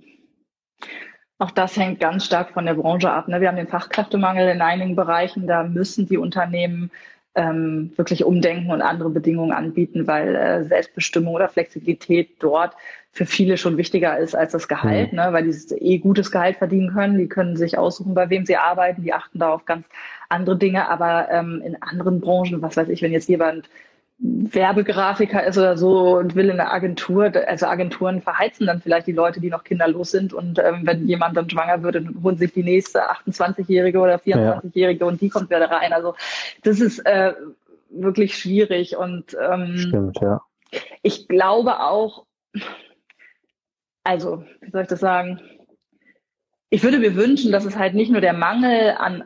Auch das hängt ganz stark von der Branche ab. Ne? Wir haben den Fachkräftemangel in einigen Bereichen, da müssen die Unternehmen ähm, wirklich umdenken und andere Bedingungen anbieten, weil äh, Selbstbestimmung oder Flexibilität dort für viele schon wichtiger ist als das Gehalt, mhm. ne? Weil die eh gutes Gehalt verdienen können. Die können sich aussuchen, bei wem sie arbeiten. Die achten da auf ganz andere Dinge. Aber ähm, in anderen Branchen, was weiß ich, wenn jetzt jemand Werbegrafiker ist oder so und will in eine Agentur, also Agenturen verheizen dann vielleicht die Leute, die noch kinderlos sind und ähm, wenn jemand dann schwanger wird, dann holen sich die nächste achtundzwanzigjährige oder vierundzwanzigjährige ja. und die kommt wieder rein. Also das ist äh, wirklich schwierig und ähm, Stimmt, ja. Ich glaube auch, also wie soll ich das sagen, ich würde mir wünschen, dass es halt nicht nur der Mangel an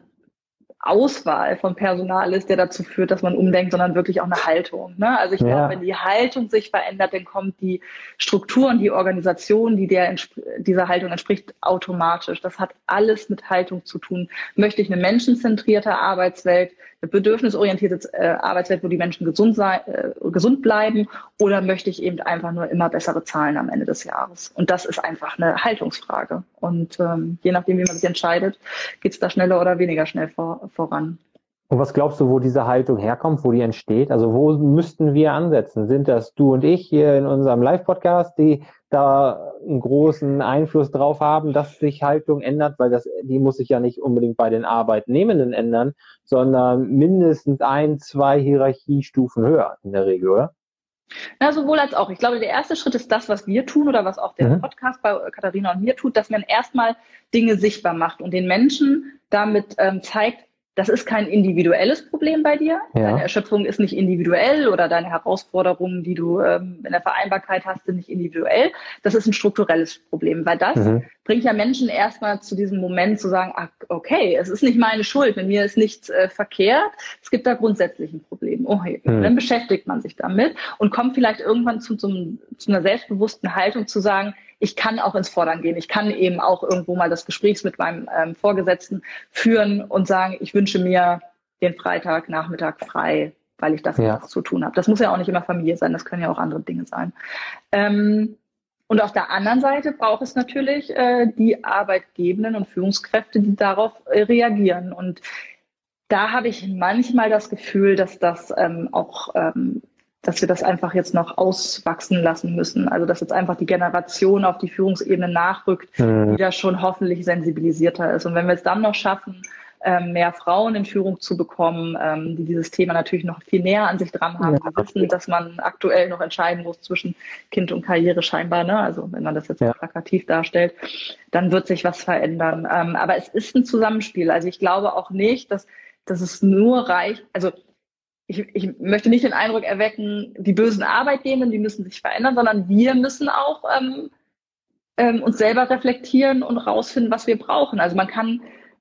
Auswahl von Personal ist, der dazu führt, dass man umdenkt, sondern wirklich auch eine Haltung. Ne? Also ich ja. glaube, wenn die Haltung sich verändert, dann kommt die Struktur und die Organisation, die der dieser Haltung entspricht, automatisch. Das hat alles mit Haltung zu tun. Möchte ich eine menschenzentrierte Arbeitswelt, eine bedürfnisorientierte äh, Arbeitswelt, wo die Menschen gesund, sei, äh, gesund bleiben, oder möchte ich eben einfach nur immer bessere Zahlen am Ende des Jahres? Und das ist einfach eine Haltungsfrage. Und ähm, je nachdem, wie man sich entscheidet, geht es da schneller oder weniger schnell vor, voran. Und was glaubst du, wo diese Haltung herkommt, wo die entsteht? Also wo müssten wir ansetzen? Sind das du und ich hier in unserem Live-Podcast, die da einen großen Einfluss drauf haben, dass sich Haltung ändert? Weil das, die muss sich ja nicht unbedingt bei den Arbeitnehmenden ändern, sondern mindestens ein, zwei Hierarchiestufen höher in der Regel, oder? Na, sowohl als auch. Ich glaube, der erste Schritt ist das, was wir tun oder was auch der mhm. Podcast bei Katharina und mir tut, dass man erstmal Dinge sichtbar macht und den Menschen damit ähm, zeigt, das ist kein individuelles Problem bei dir. Ja. Deine Erschöpfung ist nicht individuell oder deine Herausforderungen, die du ähm, in der Vereinbarkeit hast, sind nicht individuell. Das ist ein strukturelles Problem, weil das mhm. bringt ja Menschen erstmal zu diesem Moment zu sagen, ach, okay, es ist nicht meine Schuld, mit mir ist nichts äh, verkehrt, es gibt da grundsätzlich ein Problem. Okay. Mhm. Dann beschäftigt man sich damit und kommt vielleicht irgendwann zu, zu, zu einer selbstbewussten Haltung zu sagen, ich kann auch ins Fordern gehen. Ich kann eben auch irgendwo mal das Gespräch mit meinem ähm, Vorgesetzten führen und sagen, ich wünsche mir den Freitagnachmittag frei, weil ich das ja. zu tun habe. Das muss ja auch nicht immer Familie sein, das können ja auch andere Dinge sein. Ähm, und auf der anderen Seite braucht es natürlich äh, die Arbeitgebenden und Führungskräfte, die darauf äh, reagieren. Und da habe ich manchmal das Gefühl, dass das ähm, auch ähm, dass wir das einfach jetzt noch auswachsen lassen müssen. Also dass jetzt einfach die Generation auf die Führungsebene nachrückt, mhm. die da schon hoffentlich sensibilisierter ist. Und wenn wir es dann noch schaffen, mehr Frauen in Führung zu bekommen, die dieses Thema natürlich noch viel näher an sich dran haben, ja. wissen, dass man aktuell noch entscheiden muss zwischen Kind und Karriere scheinbar, ne? Also wenn man das jetzt ja. plakativ darstellt, dann wird sich was verändern. Aber es ist ein Zusammenspiel. Also ich glaube auch nicht, dass, dass es nur reicht, also Ich, ich möchte nicht den Eindruck erwecken, die bösen Arbeitgebenden, die müssen sich verändern, sondern wir müssen auch ähm, ähm, uns selber reflektieren und rausfinden, was wir brauchen. Also man kann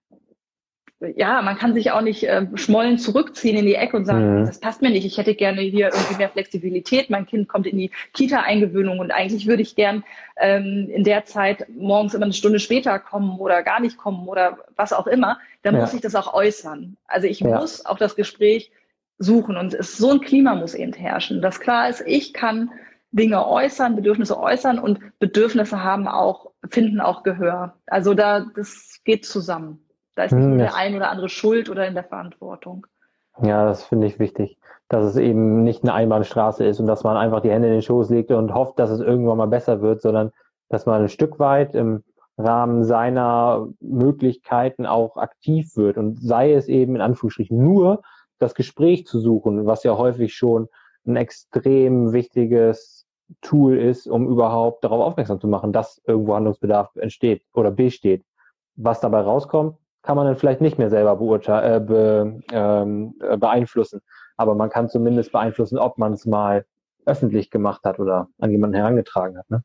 ja, man kann sich auch nicht äh, schmollen zurückziehen in die Ecke und sagen, mhm. das passt mir nicht, ich hätte gerne hier irgendwie mehr Flexibilität, mein Kind kommt in die Kita-Eingewöhnung und eigentlich würde ich gern ähm, in der Zeit morgens immer eine Stunde später kommen oder gar nicht kommen oder was auch immer, dann ja. muss ich das auch äußern. Also ich ja. muss auch das Gespräch suchen und es, so ein Klima muss eben herrschen, dass klar ist, ich kann Dinge äußern, Bedürfnisse äußern und Bedürfnisse haben auch, finden auch Gehör. Also da, das geht zusammen. Da ist nicht nur der ein oder andere schuld oder in der Verantwortung. Ja, das finde ich wichtig, dass es eben nicht eine Einbahnstraße ist und dass man einfach die Hände in den Schoß legt und hofft, dass es irgendwann mal besser wird, sondern dass man ein Stück weit im Rahmen seiner Möglichkeiten auch aktiv wird und sei es eben in Anführungsstrichen nur das Gespräch zu suchen, was ja häufig schon ein extrem wichtiges Tool ist, um überhaupt darauf aufmerksam zu machen, dass irgendwo Handlungsbedarf entsteht oder besteht. Was dabei rauskommt, kann man dann vielleicht nicht mehr selber beurteilen, äh, be, ähm, beeinflussen. Aber man kann zumindest beeinflussen, ob man es mal öffentlich gemacht hat oder an jemanden herangetragen hat. Ne?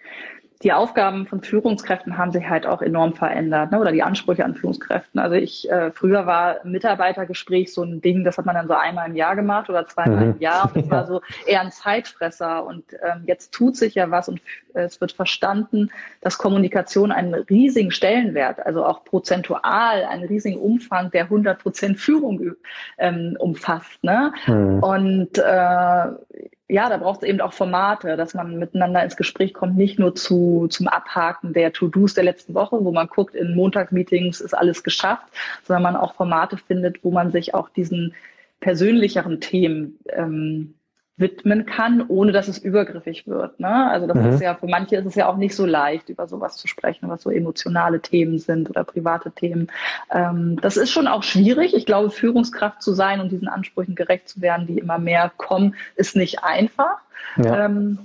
Die Aufgaben von Führungskräften haben sich halt auch enorm verändert, ne? Oder die Ansprüche an Führungskräften. Also ich, äh, früher war Mitarbeitergespräch so ein Ding, das hat man dann so einmal im Jahr gemacht oder zweimal mhm. im Jahr. Und das war so eher ein Zeitfresser. Und ähm, jetzt tut sich ja was und äh, es wird verstanden, dass Kommunikation einen riesigen Stellenwert, also auch prozentual einen riesigen Umfang der hundert Prozent Führung ähm, umfasst. Ne? Mhm. Und äh, ja, da braucht es eben auch Formate, dass man miteinander ins Gespräch kommt, nicht nur zu zum Abhaken der To-Dos der letzten Woche, wo man guckt, in Montagsmeetings ist alles geschafft, sondern man auch Formate findet, wo man sich auch diesen persönlicheren Themen ähm, widmen kann, ohne dass es übergriffig wird. Ne? Also das mhm. ist ja, für manche ist es ja auch nicht so leicht, über sowas zu sprechen, was so emotionale Themen sind oder private Themen. Ähm, das ist schon auch schwierig. Ich glaube, Führungskraft zu sein und diesen Ansprüchen gerecht zu werden, die immer mehr kommen, ist nicht einfach. Ja. Ähm,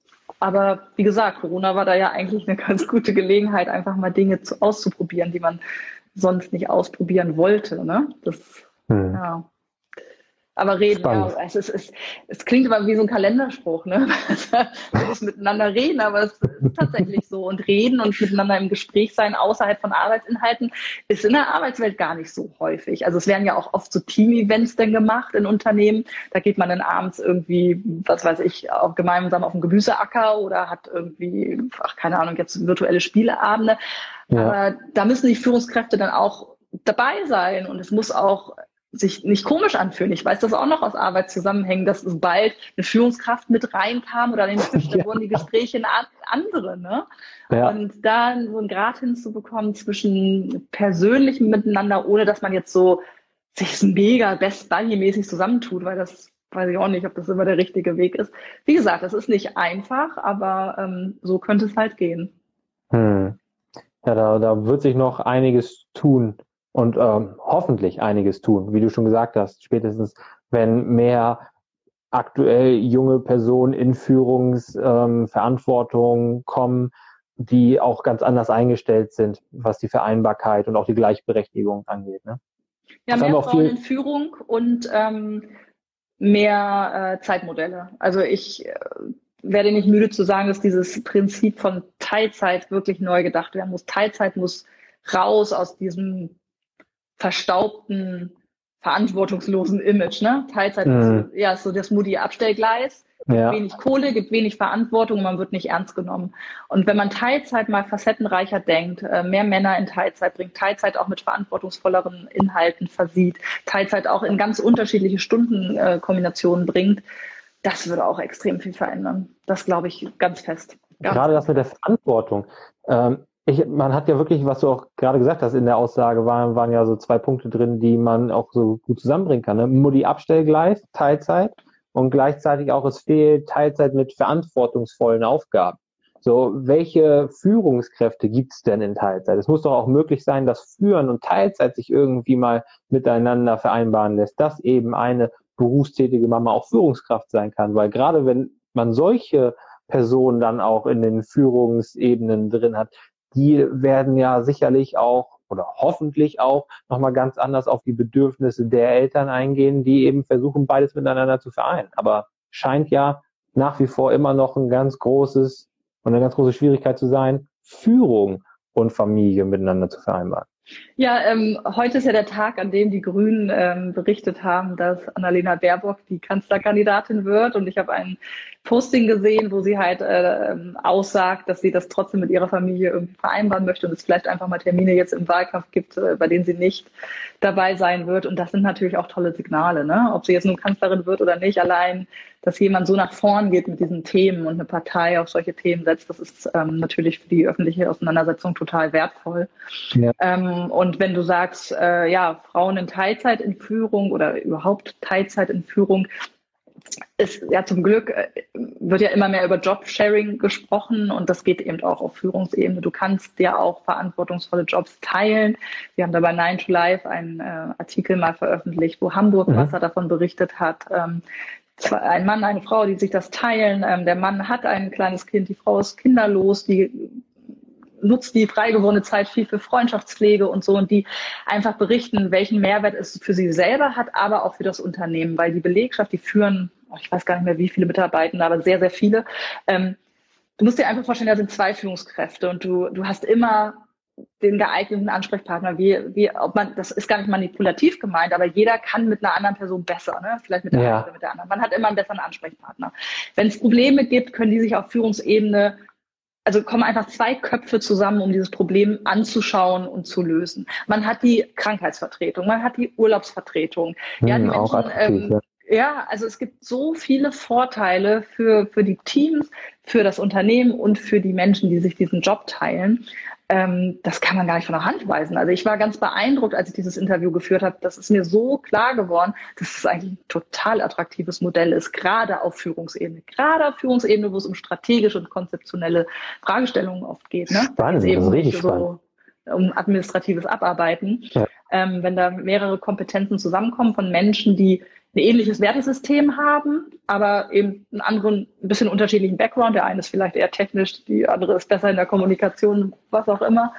aber wie gesagt, Corona war da ja eigentlich eine ganz gute Gelegenheit, einfach mal Dinge zu, auszuprobieren, die man sonst nicht ausprobieren wollte. Ne? Das, mhm. ja. Aber reden, Spannend. ja, es, ist, es, es klingt immer wie so ein Kalenderspruch, ne? Wir müssen miteinander reden, aber es ist tatsächlich so. Und reden und miteinander im Gespräch sein außerhalb von Arbeitsinhalten ist in der Arbeitswelt gar nicht so häufig. Also es werden ja auch oft so Team-Events dann gemacht in Unternehmen. Da geht man dann abends irgendwie, was weiß ich, auch gemeinsam auf den Gemüseacker oder hat irgendwie, ach keine Ahnung, jetzt virtuelle Spieleabende. Ja. Aber da müssen die Führungskräfte dann auch dabei sein und es muss auch sich nicht komisch anfühlen. Ich weiß das auch noch aus Arbeitszusammenhängen, dass sobald eine Führungskraft mit reinkam oder an den Tisch, da wurden die Gespräche andere. Ne? Ja. Und da so einen Grad hinzubekommen zwischen persönlichem Miteinander, ohne dass man jetzt so sich mega Best Buddy-mäßig zusammentut, weil das weiß ich auch nicht, ob das immer der richtige Weg ist. Wie gesagt, das ist nicht einfach, aber ähm, so könnte es halt gehen. Hm. Ja, da, da wird sich noch einiges tun. Und ähm, hoffentlich einiges tun, wie du schon gesagt hast, spätestens wenn mehr aktuell junge Personen in Führungsverantwortung ähm, kommen, die auch ganz anders eingestellt sind, was die Vereinbarkeit und auch die Gleichberechtigung angeht. Ne? Ja, mehr Frauen viel in Führung und ähm, mehr äh, Zeitmodelle. Also ich äh, werde nicht müde zu sagen, dass dieses Prinzip von Teilzeit wirklich neu gedacht werden muss. Teilzeit muss raus aus diesem verstaubten, verantwortungslosen Image, ne? Teilzeit mhm. ist, ja, ist so das Moody-Abstellgleis, gibt ja. wenig Kohle, gibt wenig Verantwortung und man wird nicht ernst genommen. Und wenn man Teilzeit mal facettenreicher denkt, äh, mehr Männer in Teilzeit bringt, Teilzeit auch mit verantwortungsvolleren Inhalten versieht, Teilzeit auch in ganz unterschiedliche Stundenkombinationen äh, bringt, das würde auch extrem viel verändern. Das glaube ich ganz fest. Ganz Gerade das mit der Verantwortung. Ähm, Ich, man hat ja wirklich, was du auch gerade gesagt hast in der Aussage, waren, waren ja so zwei Punkte drin, die man auch so gut zusammenbringen kann. Ne? Mutti-Abstellgleis, Teilzeit und gleichzeitig auch es fehlt Teilzeit mit verantwortungsvollen Aufgaben. So, welche Führungskräfte gibt es denn in Teilzeit? Es muss doch auch möglich sein, dass Führen und Teilzeit sich irgendwie mal miteinander vereinbaren lässt, dass eben eine berufstätige Mama auch Führungskraft sein kann, weil gerade wenn man solche Personen dann auch in den Führungsebenen drin hat, die werden ja sicherlich auch oder hoffentlich auch nochmal ganz anders auf die Bedürfnisse der Eltern eingehen, die eben versuchen, beides miteinander zu vereinen. Aber scheint ja nach wie vor immer noch ein ganz großes und eine ganz große Schwierigkeit zu sein, Führung und Familie miteinander zu vereinbaren? Ja, ähm, heute ist ja der Tag, an dem die Grünen ähm, berichtet haben, dass Annalena Baerbock die Kanzlerkandidatin wird. Und ich habe ein Posting gesehen, wo sie halt äh, aussagt, dass sie das trotzdem mit ihrer Familie irgendwie vereinbaren möchte und es vielleicht einfach mal Termine jetzt im Wahlkampf gibt, äh, bei denen sie nicht dabei sein wird. Und das sind natürlich auch tolle Signale, ne? Ob sie jetzt nun Kanzlerin wird oder nicht, allein, dass jemand so nach vorn geht mit diesen Themen und eine Partei auf solche Themen setzt, das ist ähm, natürlich für die öffentliche Auseinandersetzung total wertvoll. Ja. Ähm, und wenn du sagst, äh, ja, Frauen in Teilzeit in Führung oder überhaupt Teilzeit in Führung, ist ja zum Glück, äh, wird ja immer mehr über Jobsharing gesprochen und das geht eben auch auf Führungsebene. Du kannst dir auch verantwortungsvolle Jobs teilen. Wir haben da bei nine to live einen äh, Artikel mal veröffentlicht, wo Hamburg Wasser mhm. davon berichtet hat. Ähm, ein Mann, eine Frau, die sich das teilen. Ähm, der Mann hat ein kleines Kind, die Frau ist kinderlos, die nutzt die frei gewordene Zeit viel für Freundschaftspflege und so und die einfach berichten, welchen Mehrwert es für sie selber hat, aber auch für das Unternehmen, weil die Belegschaft, die führen, ich weiß gar nicht mehr, wie viele Mitarbeitende, aber sehr, sehr viele. Ähm, du musst dir einfach vorstellen, da sind zwei Führungskräfte und du, du hast immer den geeigneten Ansprechpartner, wie, wie, ob man, das ist gar nicht manipulativ gemeint, aber jeder kann mit einer anderen Person besser, ne? Vielleicht mit der ja. einen oder mit der anderen. Man hat immer einen besseren Ansprechpartner. Wenn es Probleme gibt, können die sich auf Führungsebene, also kommen einfach zwei Köpfe zusammen, um dieses Problem anzuschauen und zu lösen. Man hat die Krankheitsvertretung, man hat die Urlaubsvertretung. Hm, ja, die Menschen, auch attraktiv, ähm, ja. ja, also es gibt so viele Vorteile für, für die Teams, für das Unternehmen und für die Menschen, die sich diesen Job teilen. Ähm, das kann man gar nicht von der Hand weisen. Also ich war ganz beeindruckt, als ich dieses Interview geführt habe. Das ist mir so klar geworden, dass es eigentlich ein total attraktives Modell ist, gerade auf Führungsebene. Gerade auf Führungsebene, wo es um strategische und konzeptionelle Fragestellungen oft geht. Ne? Spannend, eben das ist richtig so spannend. Um administratives Abarbeiten. Ja. Ähm, wenn da mehrere Kompetenzen zusammenkommen von Menschen, die ein ähnliches Wertesystem haben, aber eben einen anderen, ein bisschen unterschiedlichen Background. Der eine ist vielleicht eher technisch, die andere ist besser in der Kommunikation, was auch immer.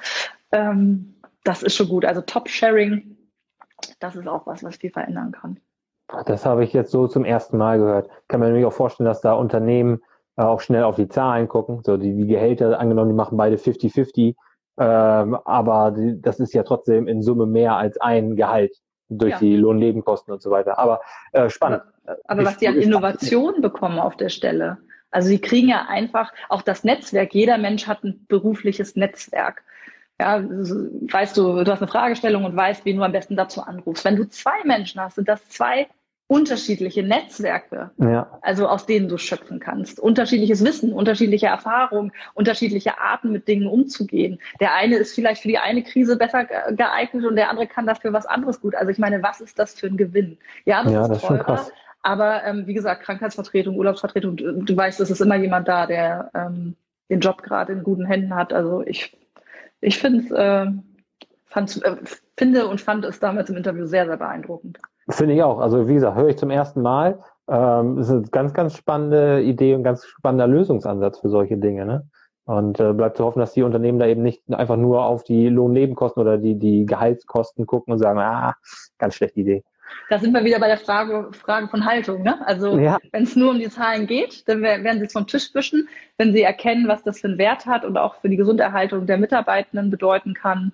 Ähm, das ist schon gut. Also Top-Sharing, das ist auch was, was viel verändern kann. Das habe ich jetzt so zum ersten Mal gehört. Kann man nämlich auch vorstellen, dass da Unternehmen äh, auch schnell auf die Zahlen gucken. So die, die Gehälter, angenommen, die machen beide fifty fifty, ähm, aber die, das ist ja trotzdem in Summe mehr als ein Gehalt durch ja. die Lohnnebenkosten und so weiter. Aber äh, spannend. Aber, aber was die an Innovation bekommen auf der Stelle, also sie kriegen ja einfach auch das Netzwerk, jeder Mensch hat ein berufliches Netzwerk. Ja, weißt du, du hast eine Fragestellung und weißt, wen du am besten dazu anrufst. Wenn du zwei Menschen hast, sind das zwei unterschiedliche Netzwerke, ja. also aus denen du schöpfen kannst. Unterschiedliches Wissen, unterschiedliche Erfahrungen, unterschiedliche Arten, mit Dingen umzugehen. Der eine ist vielleicht für die eine Krise besser geeignet und der andere kann dafür was anderes gut. Also ich meine, was ist das für ein Gewinn? Ja, das ja, ist das teurer, ist schon krass. Aber ähm, wie gesagt, Krankheitsvertretung, Urlaubsvertretung, du, du weißt, es ist immer jemand da, der ähm, den Job gerade in guten Händen hat. Also ich, ich find's, äh, fand's, äh, finde und fand es damals im Interview sehr, sehr beeindruckend. Finde ich auch. Also wie gesagt, höre ich zum ersten Mal. Ähm, das ist eine ganz, ganz spannende Idee und ganz spannender Lösungsansatz für solche Dinge. Ne? Und äh, bleibt zu hoffen, dass die Unternehmen da eben nicht einfach nur auf die Lohnnebenkosten oder die, die Gehaltskosten gucken und sagen, ah, ganz schlechte Idee. Da sind wir wieder bei der Frage, Frage von Haltung. Ne? Also ja. wenn es nur um die Zahlen geht, dann werden sie es vom Tisch wischen. Wenn sie erkennen, was das für einen Wert hat und auch für die Gesunderhaltung der Mitarbeitenden bedeuten kann.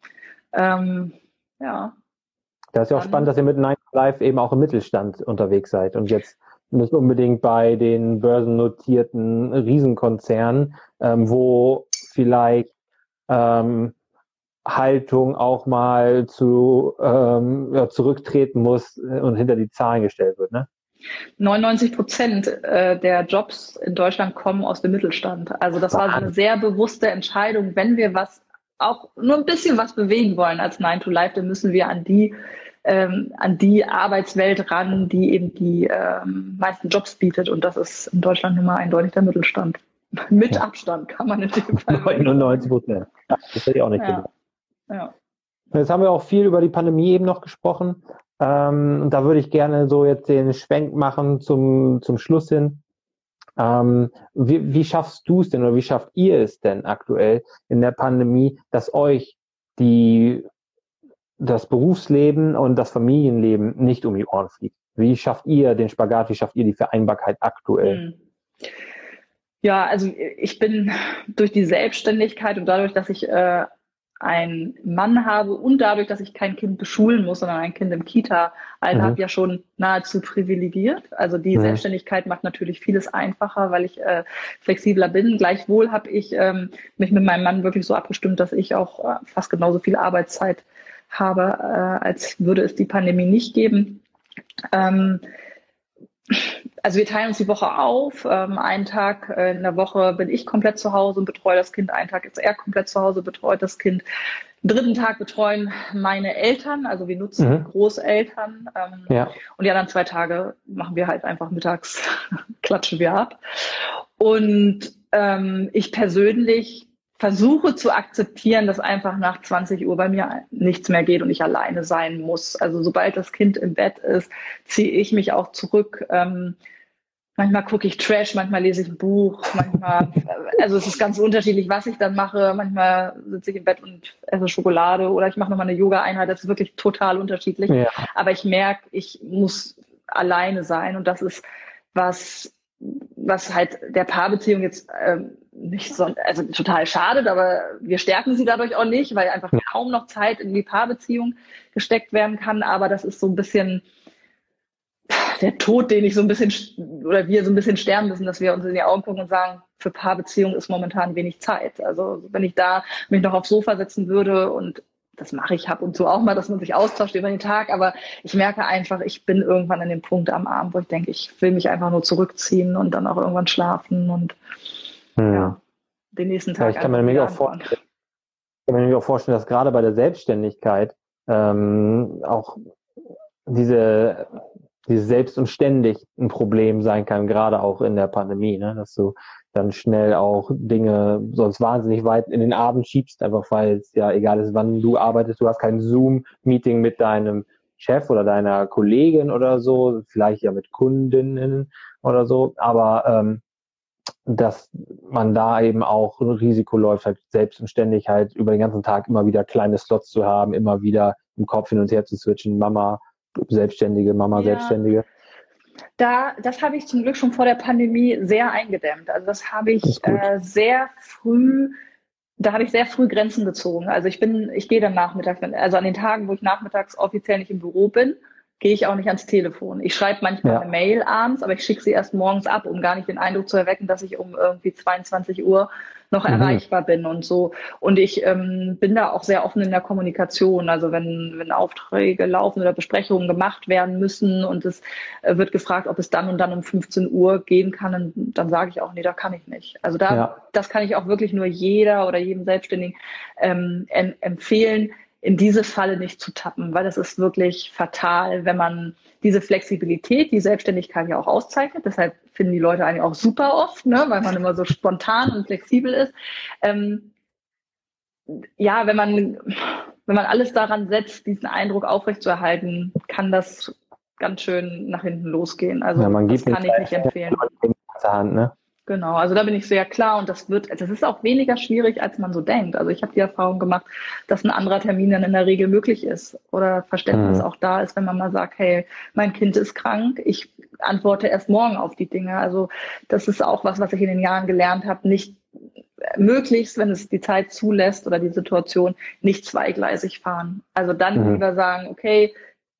Ähm, ja. Das ist ja auch spannend, dass ihr mit nine to live eben auch im Mittelstand unterwegs seid und jetzt nicht unbedingt bei den börsennotierten Riesenkonzernen, ähm, wo vielleicht ähm, Haltung auch mal zu ähm, ja, zurücktreten muss und hinter die Zahlen gestellt wird, ne? neunundneunzig Prozent der Jobs in Deutschland kommen aus dem Mittelstand. Also das war eine sehr bewusste Entscheidung. Wenn wir was, auch nur ein bisschen was bewegen wollen als nine to live, dann müssen wir an die ähm, an die Arbeitswelt ran, die eben die ähm, meisten Jobs bietet. Und das ist in Deutschland nun mal eindeutig der Mittelstand. Mit ja. Abstand kann man in dem Fall. neunundneunzig Prozent. Ja, das hätte ich auch nicht ja. ja. Jetzt haben wir auch viel über die Pandemie eben noch gesprochen. Ähm, und da würde ich gerne so jetzt den Schwenk machen zum, zum Schluss hin. Ähm, wie, wie schaffst du es denn oder wie schafft ihr es denn aktuell in der Pandemie, dass euch die das Berufsleben und das Familienleben nicht um die Ohren fliegt? Wie schafft ihr den Spagat? Wie schafft ihr die Vereinbarkeit aktuell? Ja, also ich bin durch die Selbstständigkeit und dadurch, dass ich äh, einen Mann habe und dadurch, dass ich kein Kind beschulen muss, sondern ein Kind im Kita-Alter Mhm. habe, ja schon nahezu privilegiert. Also die Mhm. Selbstständigkeit macht natürlich vieles einfacher, weil ich äh, flexibler bin. Gleichwohl habe ich ähm, mich mit meinem Mann wirklich so abgestimmt, dass ich auch äh, fast genauso viel Arbeitszeit habe, äh, als würde es die Pandemie nicht geben. Ähm, Also wir teilen uns die Woche auf. Ähm, einen Tag äh, in der Woche bin ich komplett zu Hause und betreue das Kind. Einen Tag ist er komplett zu Hause, betreut das Kind. Den dritten Tag betreuen meine Eltern, also wir nutzen Mhm. Großeltern. Ähm, Ja. Und die anderen zwei Tage machen wir halt einfach mittags, klatschen wir ab. Und ähm, ich persönlich versuche zu akzeptieren, dass einfach nach zwanzig Uhr bei mir nichts mehr geht und ich alleine sein muss. Also sobald das Kind im Bett ist, ziehe ich mich auch zurück. Ähm, manchmal gucke ich Trash, manchmal lese ich ein Buch, manchmal, also es ist ganz unterschiedlich, was ich dann mache. Manchmal sitze ich im Bett und esse Schokolade oder ich mache nochmal eine Yoga-Einheit. Das ist wirklich total unterschiedlich. Ja. Aber ich merke, ich muss alleine sein und das ist was, was halt der Paarbeziehung jetzt ähm, nicht so, also total schadet, aber wir stärken sie dadurch auch nicht, weil einfach kaum noch Zeit in die Paarbeziehung gesteckt werden kann. Aber das ist so ein bisschen der Tod, den ich so ein bisschen oder wir so ein bisschen sterben müssen, dass wir uns in die Augen gucken und sagen, für Paarbeziehungen ist momentan wenig Zeit. Also wenn ich da mich noch aufs Sofa setzen würde und das mache ich ab und zu auch mal, dass man sich austauscht über den Tag, aber ich merke einfach, ich bin irgendwann an dem Punkt am Abend, wo ich denke, ich will mich einfach nur zurückziehen und dann auch irgendwann schlafen und hm. ja, den nächsten Tag. Ja, ich kann mir nämlich auch vorstellen, ich kann mir nämlich auch vorstellen, dass gerade bei der Selbstständigkeit ähm, auch diese, diese selbst und ständig ein Problem sein kann, gerade auch in der Pandemie, ne? Dass du dann schnell auch Dinge sonst wahnsinnig weit in den Abend schiebst, einfach weil es ja egal ist, wann du arbeitest, du hast kein Zoom-Meeting mit deinem Chef oder deiner Kollegin oder so, vielleicht ja mit Kundinnen oder so, aber ähm, dass man da eben auch ein Risiko läuft, halt selbst und ständig halt über den ganzen Tag immer wieder kleine Slots zu haben, immer wieder im Kopf hin und her zu switchen, Mama, Selbstständige, Mama, ja. Selbstständige. Da, das habe ich zum Glück schon vor der Pandemie sehr eingedämmt. Also das habe ich äh, sehr früh, da habe ich sehr früh Grenzen gezogen. Also ich bin, ich gehe dann nachmittags, also an den Tagen, wo ich nachmittags offiziell nicht im Büro bin, gehe ich auch nicht ans Telefon. Ich schreibe manchmal ja. eine Mail abends, aber ich schicke sie erst morgens ab, um gar nicht den Eindruck zu erwecken, dass ich um irgendwie zweiundzwanzig Uhr noch mhm. erreichbar bin und so. Und ich ähm, bin da auch sehr offen in der Kommunikation. Also wenn, wenn Aufträge laufen oder Besprechungen gemacht werden müssen und es äh, wird gefragt, ob es dann und dann um fünfzehn Uhr gehen kann, dann, dann sage ich auch, nee, da kann ich nicht. Also da, ja. das kann ich auch wirklich nur jeder oder jedem Selbstständigen ähm, em- empfehlen, in diese Falle nicht zu tappen, weil das ist wirklich fatal, wenn man diese Flexibilität, die Selbstständigkeit ja auch auszeichnet, deshalb finden die Leute eigentlich auch super oft, ne, weil man immer so spontan und flexibel ist. Ähm, ja, wenn man, wenn man alles daran setzt, diesen Eindruck aufrechtzuerhalten, kann das ganz schön nach hinten losgehen. Also ja, man das kann ich nicht empfehlen. Hand, ne? Genau, also da bin ich sehr klar und das wird, das ist auch weniger schwierig, als man so denkt. Also ich habe die Erfahrung gemacht, dass ein anderer Termin dann in der Regel möglich ist oder Verständnis mhm. auch da ist, wenn man mal sagt, hey, mein Kind ist krank, ich antworte erst morgen auf die Dinge. Also das ist auch was, was ich in den Jahren gelernt habe, nicht möglichst, wenn es die Zeit zulässt oder die Situation, nicht zweigleisig fahren. Also dann mhm. lieber sagen, okay,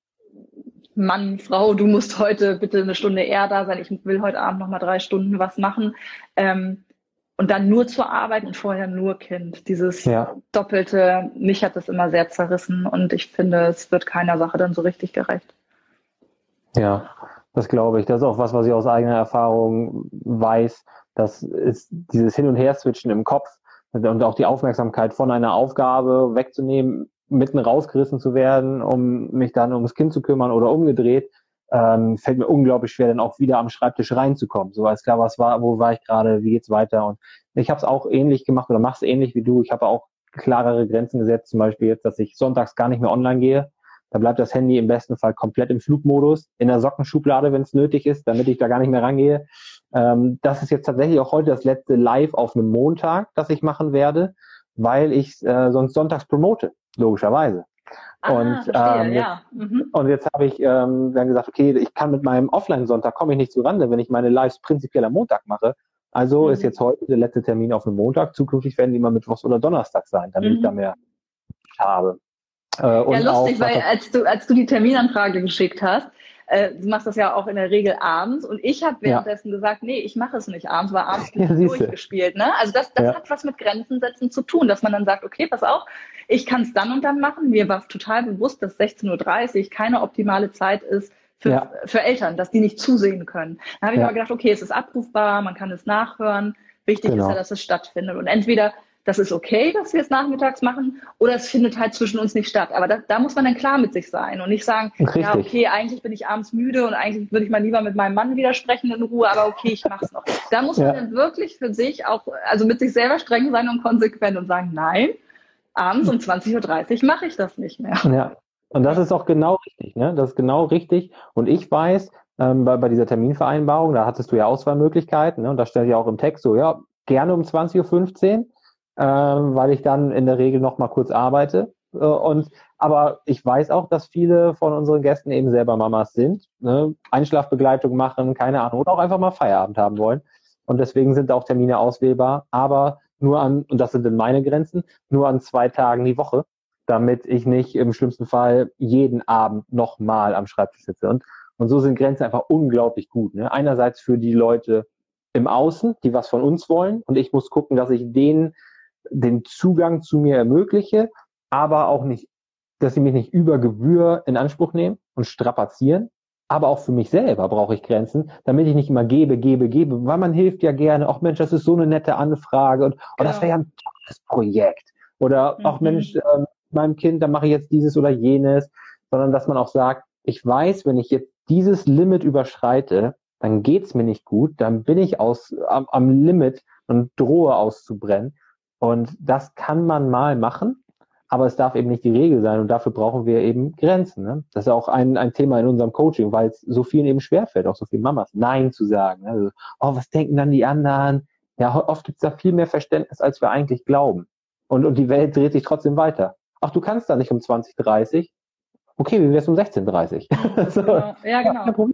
Mann, Frau, du musst heute bitte eine Stunde eher da sein, ich will heute Abend noch mal drei Stunden was machen ähm, und dann nur zur Arbeit und vorher nur Kind. Dieses ja. Doppelte, mich hat das immer sehr zerrissen und ich finde, es wird keiner Sache dann so richtig gerecht. Ja, das glaube ich. Das ist auch was, was ich aus eigener Erfahrung weiß, das ist dieses Hin- und Her-Switchen im Kopf und auch die Aufmerksamkeit von einer Aufgabe wegzunehmen, mitten rausgerissen zu werden, um mich dann ums Kind zu kümmern oder umgedreht, ähm, fällt mir unglaublich schwer, dann auch wieder am Schreibtisch reinzukommen. So als klar, was war, wo war ich gerade, wie geht's weiter? Und ich habe es auch ähnlich gemacht oder mache es ähnlich wie du. Ich habe auch klarere Grenzen gesetzt, zum Beispiel jetzt, dass ich sonntags gar nicht mehr online gehe. Da bleibt das Handy im besten Fall komplett im Flugmodus, in der Sockenschublade, wenn es nötig ist, damit ich da gar nicht mehr rangehe. Ähm, das ist jetzt tatsächlich auch heute das letzte Live auf einem Montag, das ich machen werde, weil ich äh, sonst sonntags promote. Logischerweise. Ah, und, verstehe, ähm, ja. Mhm. und jetzt habe ich ähm, dann gesagt, okay, ich kann mit meinem Offline-Sonntag, komme ich nicht zurande, wenn ich meine Lives prinzipiell am Montag mache, Also Mhm. ist jetzt heute der letzte Termin auf einem Montag. Zukünftig werden die mal Mittwochs oder Donnerstag sein, damit Mhm. ich da mehr habe. Äh, Ja, und lustig, auch, weil als du, als du die Terminanfrage geschickt hast, äh, du machst das ja auch in der Regel abends und ich habe währenddessen ja. gesagt, nee, ich mache es nicht abends, weil abends bin ich ja, durchgespielt. Ne? Also das, das ja. hat was mit Grenzen setzen zu tun, dass man dann sagt, okay, pass auf, ich kann es dann und dann machen. Mir war total bewusst, dass sechzehn Uhr dreißig keine optimale Zeit ist für, ja. für Eltern, dass die nicht zusehen können. Dann habe ich ja. aber gedacht, okay, es ist abrufbar, man kann es nachhören. Wichtig genau. ist ja, dass es stattfindet. Und entweder das ist okay, dass wir es nachmittags machen, oder es findet halt zwischen uns nicht statt. Aber da, da muss man dann klar mit sich sein und nicht sagen, Richtig. ja, okay, eigentlich bin ich abends müde und eigentlich würde ich mal lieber mit meinem Mann widersprechen in Ruhe, aber okay, ich mache es noch. Da muss man ja. dann wirklich für sich auch, also mit sich selber streng sein und konsequent und sagen, nein, abends um zwanzig Uhr dreißig mache ich das nicht mehr. Ja, und das ist auch genau richtig, ne? Das ist genau richtig. Und ich weiß, ähm, bei, bei dieser Terminvereinbarung, da hattest du ja Auswahlmöglichkeiten, ne? Und da stellt ja auch im Text so, ja, gerne um zwanzig Uhr fünfzehn, ähm, weil ich dann in der Regel noch mal kurz arbeite. Äh, und aber ich weiß auch, dass viele von unseren Gästen eben selber Mamas sind, ne? Einschlafbegleitung machen, keine Ahnung, oder auch einfach mal Feierabend haben wollen. Und deswegen sind auch Termine auswählbar, aber nur an, und das sind dann meine Grenzen, nur an zwei Tagen die Woche, damit ich nicht im schlimmsten Fall jeden Abend nochmal am Schreibtisch sitze. Und, und so sind Grenzen einfach unglaublich gut. Ne? Einerseits für die Leute im Außen, die was von uns wollen, und ich muss gucken, dass ich denen den Zugang zu mir ermögliche, aber auch nicht, dass sie mich nicht über Gebühr in Anspruch nehmen und strapazieren. Aber auch für mich selber brauche ich Grenzen, damit ich nicht immer gebe, gebe, gebe, weil man hilft ja gerne. Ach Mensch, das ist so eine nette Anfrage und oh, das wäre ja ein tolles Projekt. Oder ach mhm. Mensch, äh, meinem Kind, dann mache ich jetzt dieses oder jenes. Sondern dass man auch sagt, ich weiß, wenn ich jetzt dieses Limit überschreite, dann geht's mir nicht gut, dann bin ich aus, am, am Limit und drohe auszubrennen. Und das kann man mal machen, aber es darf eben nicht die Regel sein und dafür brauchen wir eben Grenzen. Ne? Das ist auch ein, ein Thema in unserem Coaching, weil es so vielen eben schwerfällt, auch so vielen Mamas, Nein zu sagen. Also, oh, was denken dann die anderen? Ja, oft gibt es da viel mehr Verständnis, als wir eigentlich glauben. Und, und die Welt dreht sich trotzdem weiter. Ach, du kannst da nicht um zwanzig Uhr dreißig. Okay, wie wär's um sechzehn Uhr dreißig? so. Genau. Ja, genau.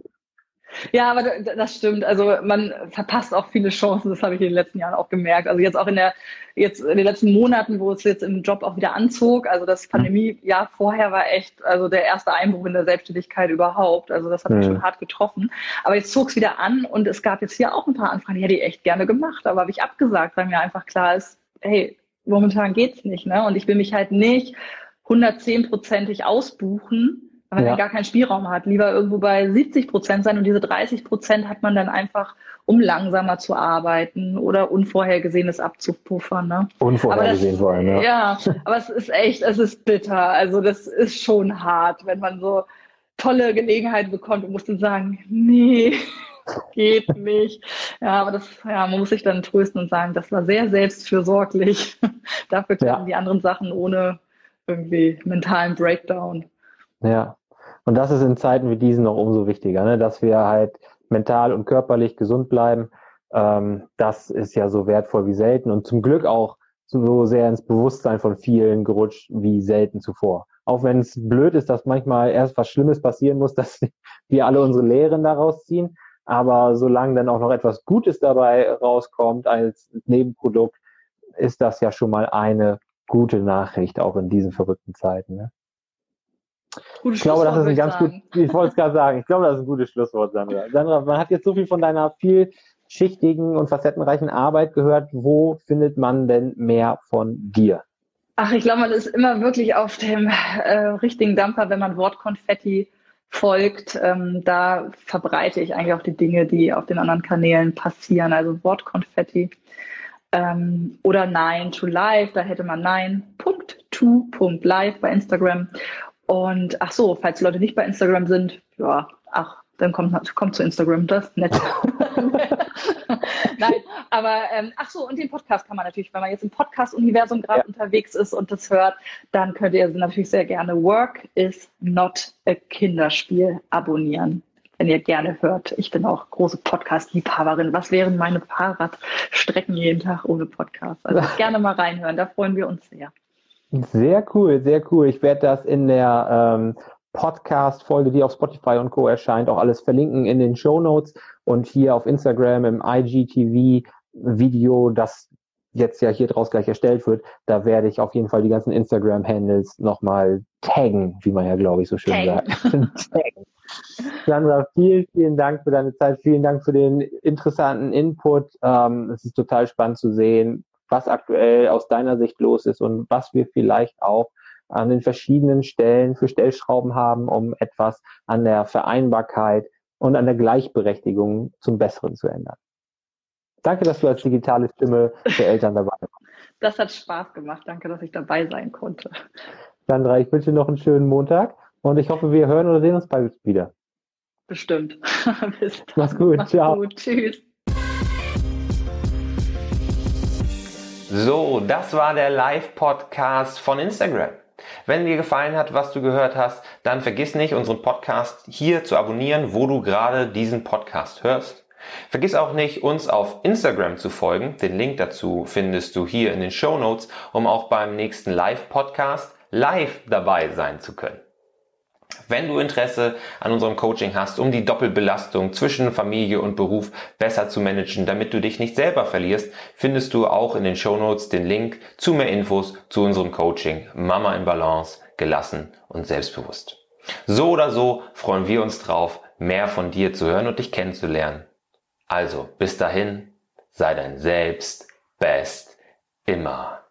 Ja, aber das stimmt. Also man verpasst auch viele Chancen. Das habe ich in den letzten Jahren auch gemerkt. Also jetzt auch in der, jetzt in den letzten Monaten, wo es jetzt im Job auch wieder anzog. Also das Pandemiejahr vorher war echt, also der erste Einbruch in der Selbstständigkeit überhaupt. Also das hat mich mhm. schon hart getroffen. Aber jetzt zog es wieder an und es gab jetzt hier auch ein paar Anfragen, die hätte ich echt gerne gemacht. Aber habe ich abgesagt, weil mir einfach klar ist, hey, momentan geht's nicht, ne? Und ich will mich halt nicht hundertzehnprozentig ausbuchen, weil man ja. gar keinen Spielraum hat. Lieber irgendwo bei siebzig Prozent sein und diese dreißig Prozent hat man dann einfach, um langsamer zu arbeiten oder Unvorhergesehenes abzupuffern. Ne? Unvorhergesehen vor allem, ja. Ja, aber es ist echt, es ist bitter. Also das ist schon hart, wenn man so tolle Gelegenheiten bekommt und muss dann sagen, nee, geht nicht. Ja, aber das, ja, man muss sich dann trösten und sagen, das war sehr selbstfürsorglich. Dafür klappen ja. die anderen Sachen ohne irgendwie mentalen Breakdown. Ja. Und das ist in Zeiten wie diesen noch umso wichtiger, ne? Dass wir halt mental und körperlich gesund bleiben. Ähm, das ist ja so wertvoll wie selten und zum Glück auch so sehr ins Bewusstsein von vielen gerutscht wie selten zuvor. Auch wenn es blöd ist, dass manchmal erst was Schlimmes passieren muss, dass wir alle unsere Lehren daraus ziehen. Aber solange dann auch noch etwas Gutes dabei rauskommt als Nebenprodukt, ist das ja schon mal eine gute Nachricht, auch in diesen verrückten Zeiten, ne? Gutes ich glaube, das ist ein ganz gut, sagen. ich wollte es gerade sagen, ich glaube, das ist ein gutes Schlusswort, Sandra. Sandra, man hat jetzt so viel von deiner vielschichtigen und facettenreichen Arbeit gehört. Wo findet man denn mehr von dir? Ach, ich glaube, man ist immer wirklich auf dem äh, richtigen Dampfer, wenn man Wortkonfetti folgt. Ähm, da verbreite ich eigentlich auch die Dinge, die auf den anderen Kanälen passieren. Also Wortkonfetti. Ähm, oder Nine to Live, da hätte man Nine Punkt to Punkt live bei Instagram. Und ach so, falls die Leute nicht bei Instagram sind, ja, ach, dann kommt, kommt zu Instagram, das ist nett. Nein, aber ähm, ach so, und den Podcast kann man natürlich, wenn man jetzt im Podcast-Universum gerade ja. unterwegs ist und das hört, dann könnt ihr natürlich sehr gerne Work is not a Kinderspiel abonnieren, wenn ihr gerne hört. Ich bin auch große Podcast-Liebhaberin. Was wären meine Fahrradstrecken jeden Tag ohne Podcast? Also gerne mal reinhören, da freuen wir uns sehr. Sehr cool, sehr cool. Ich werde das in der ähm, Podcast-Folge, die auf Spotify und Co. erscheint, auch alles verlinken in den Shownotes und hier auf Instagram, im I G T V Video, das jetzt ja hier draus gleich erstellt wird, da werde ich auf jeden Fall die ganzen Instagram-Handles nochmal taggen, wie man ja, glaube ich, so schön Taggen. sagt. Taggen. Sandra, vielen, vielen Dank für deine Zeit, vielen Dank für den interessanten Input. Ähm, es ist total spannend zu sehen, was aktuell aus deiner Sicht los ist und was wir vielleicht auch an den verschiedenen Stellen für Stellschrauben haben, um etwas an der Vereinbarkeit und an der Gleichberechtigung zum Besseren zu ändern. Danke, dass du als digitale Stimme der Eltern dabei warst. Das hat Spaß gemacht. Danke, dass ich dabei sein konnte. Sandra, ich wünsche dir noch einen schönen Montag und ich hoffe, wir hören oder sehen uns bald wieder. Bestimmt. Bis dann. Mach's gut. Mach's Ciao. gut. Tschüss. So, das war der Live-Podcast von Instagram. Wenn dir gefallen hat, was du gehört hast, dann vergiss nicht, unseren Podcast hier zu abonnieren, wo du gerade diesen Podcast hörst. Vergiss auch nicht, uns auf Instagram zu folgen. Den Link dazu findest du hier in den Shownotes, um auch beim nächsten Live-Podcast live dabei sein zu können. Wenn du Interesse an unserem Coaching hast, um die Doppelbelastung zwischen Familie und Beruf besser zu managen, damit du dich nicht selber verlierst, findest du auch in den Shownotes den Link zu mehr Infos zu unserem Coaching Mama in Balance, gelassen und selbstbewusst. So oder so freuen wir uns drauf, mehr von dir zu hören und dich kennenzulernen. Also, bis dahin, sei dein Selbst best immer.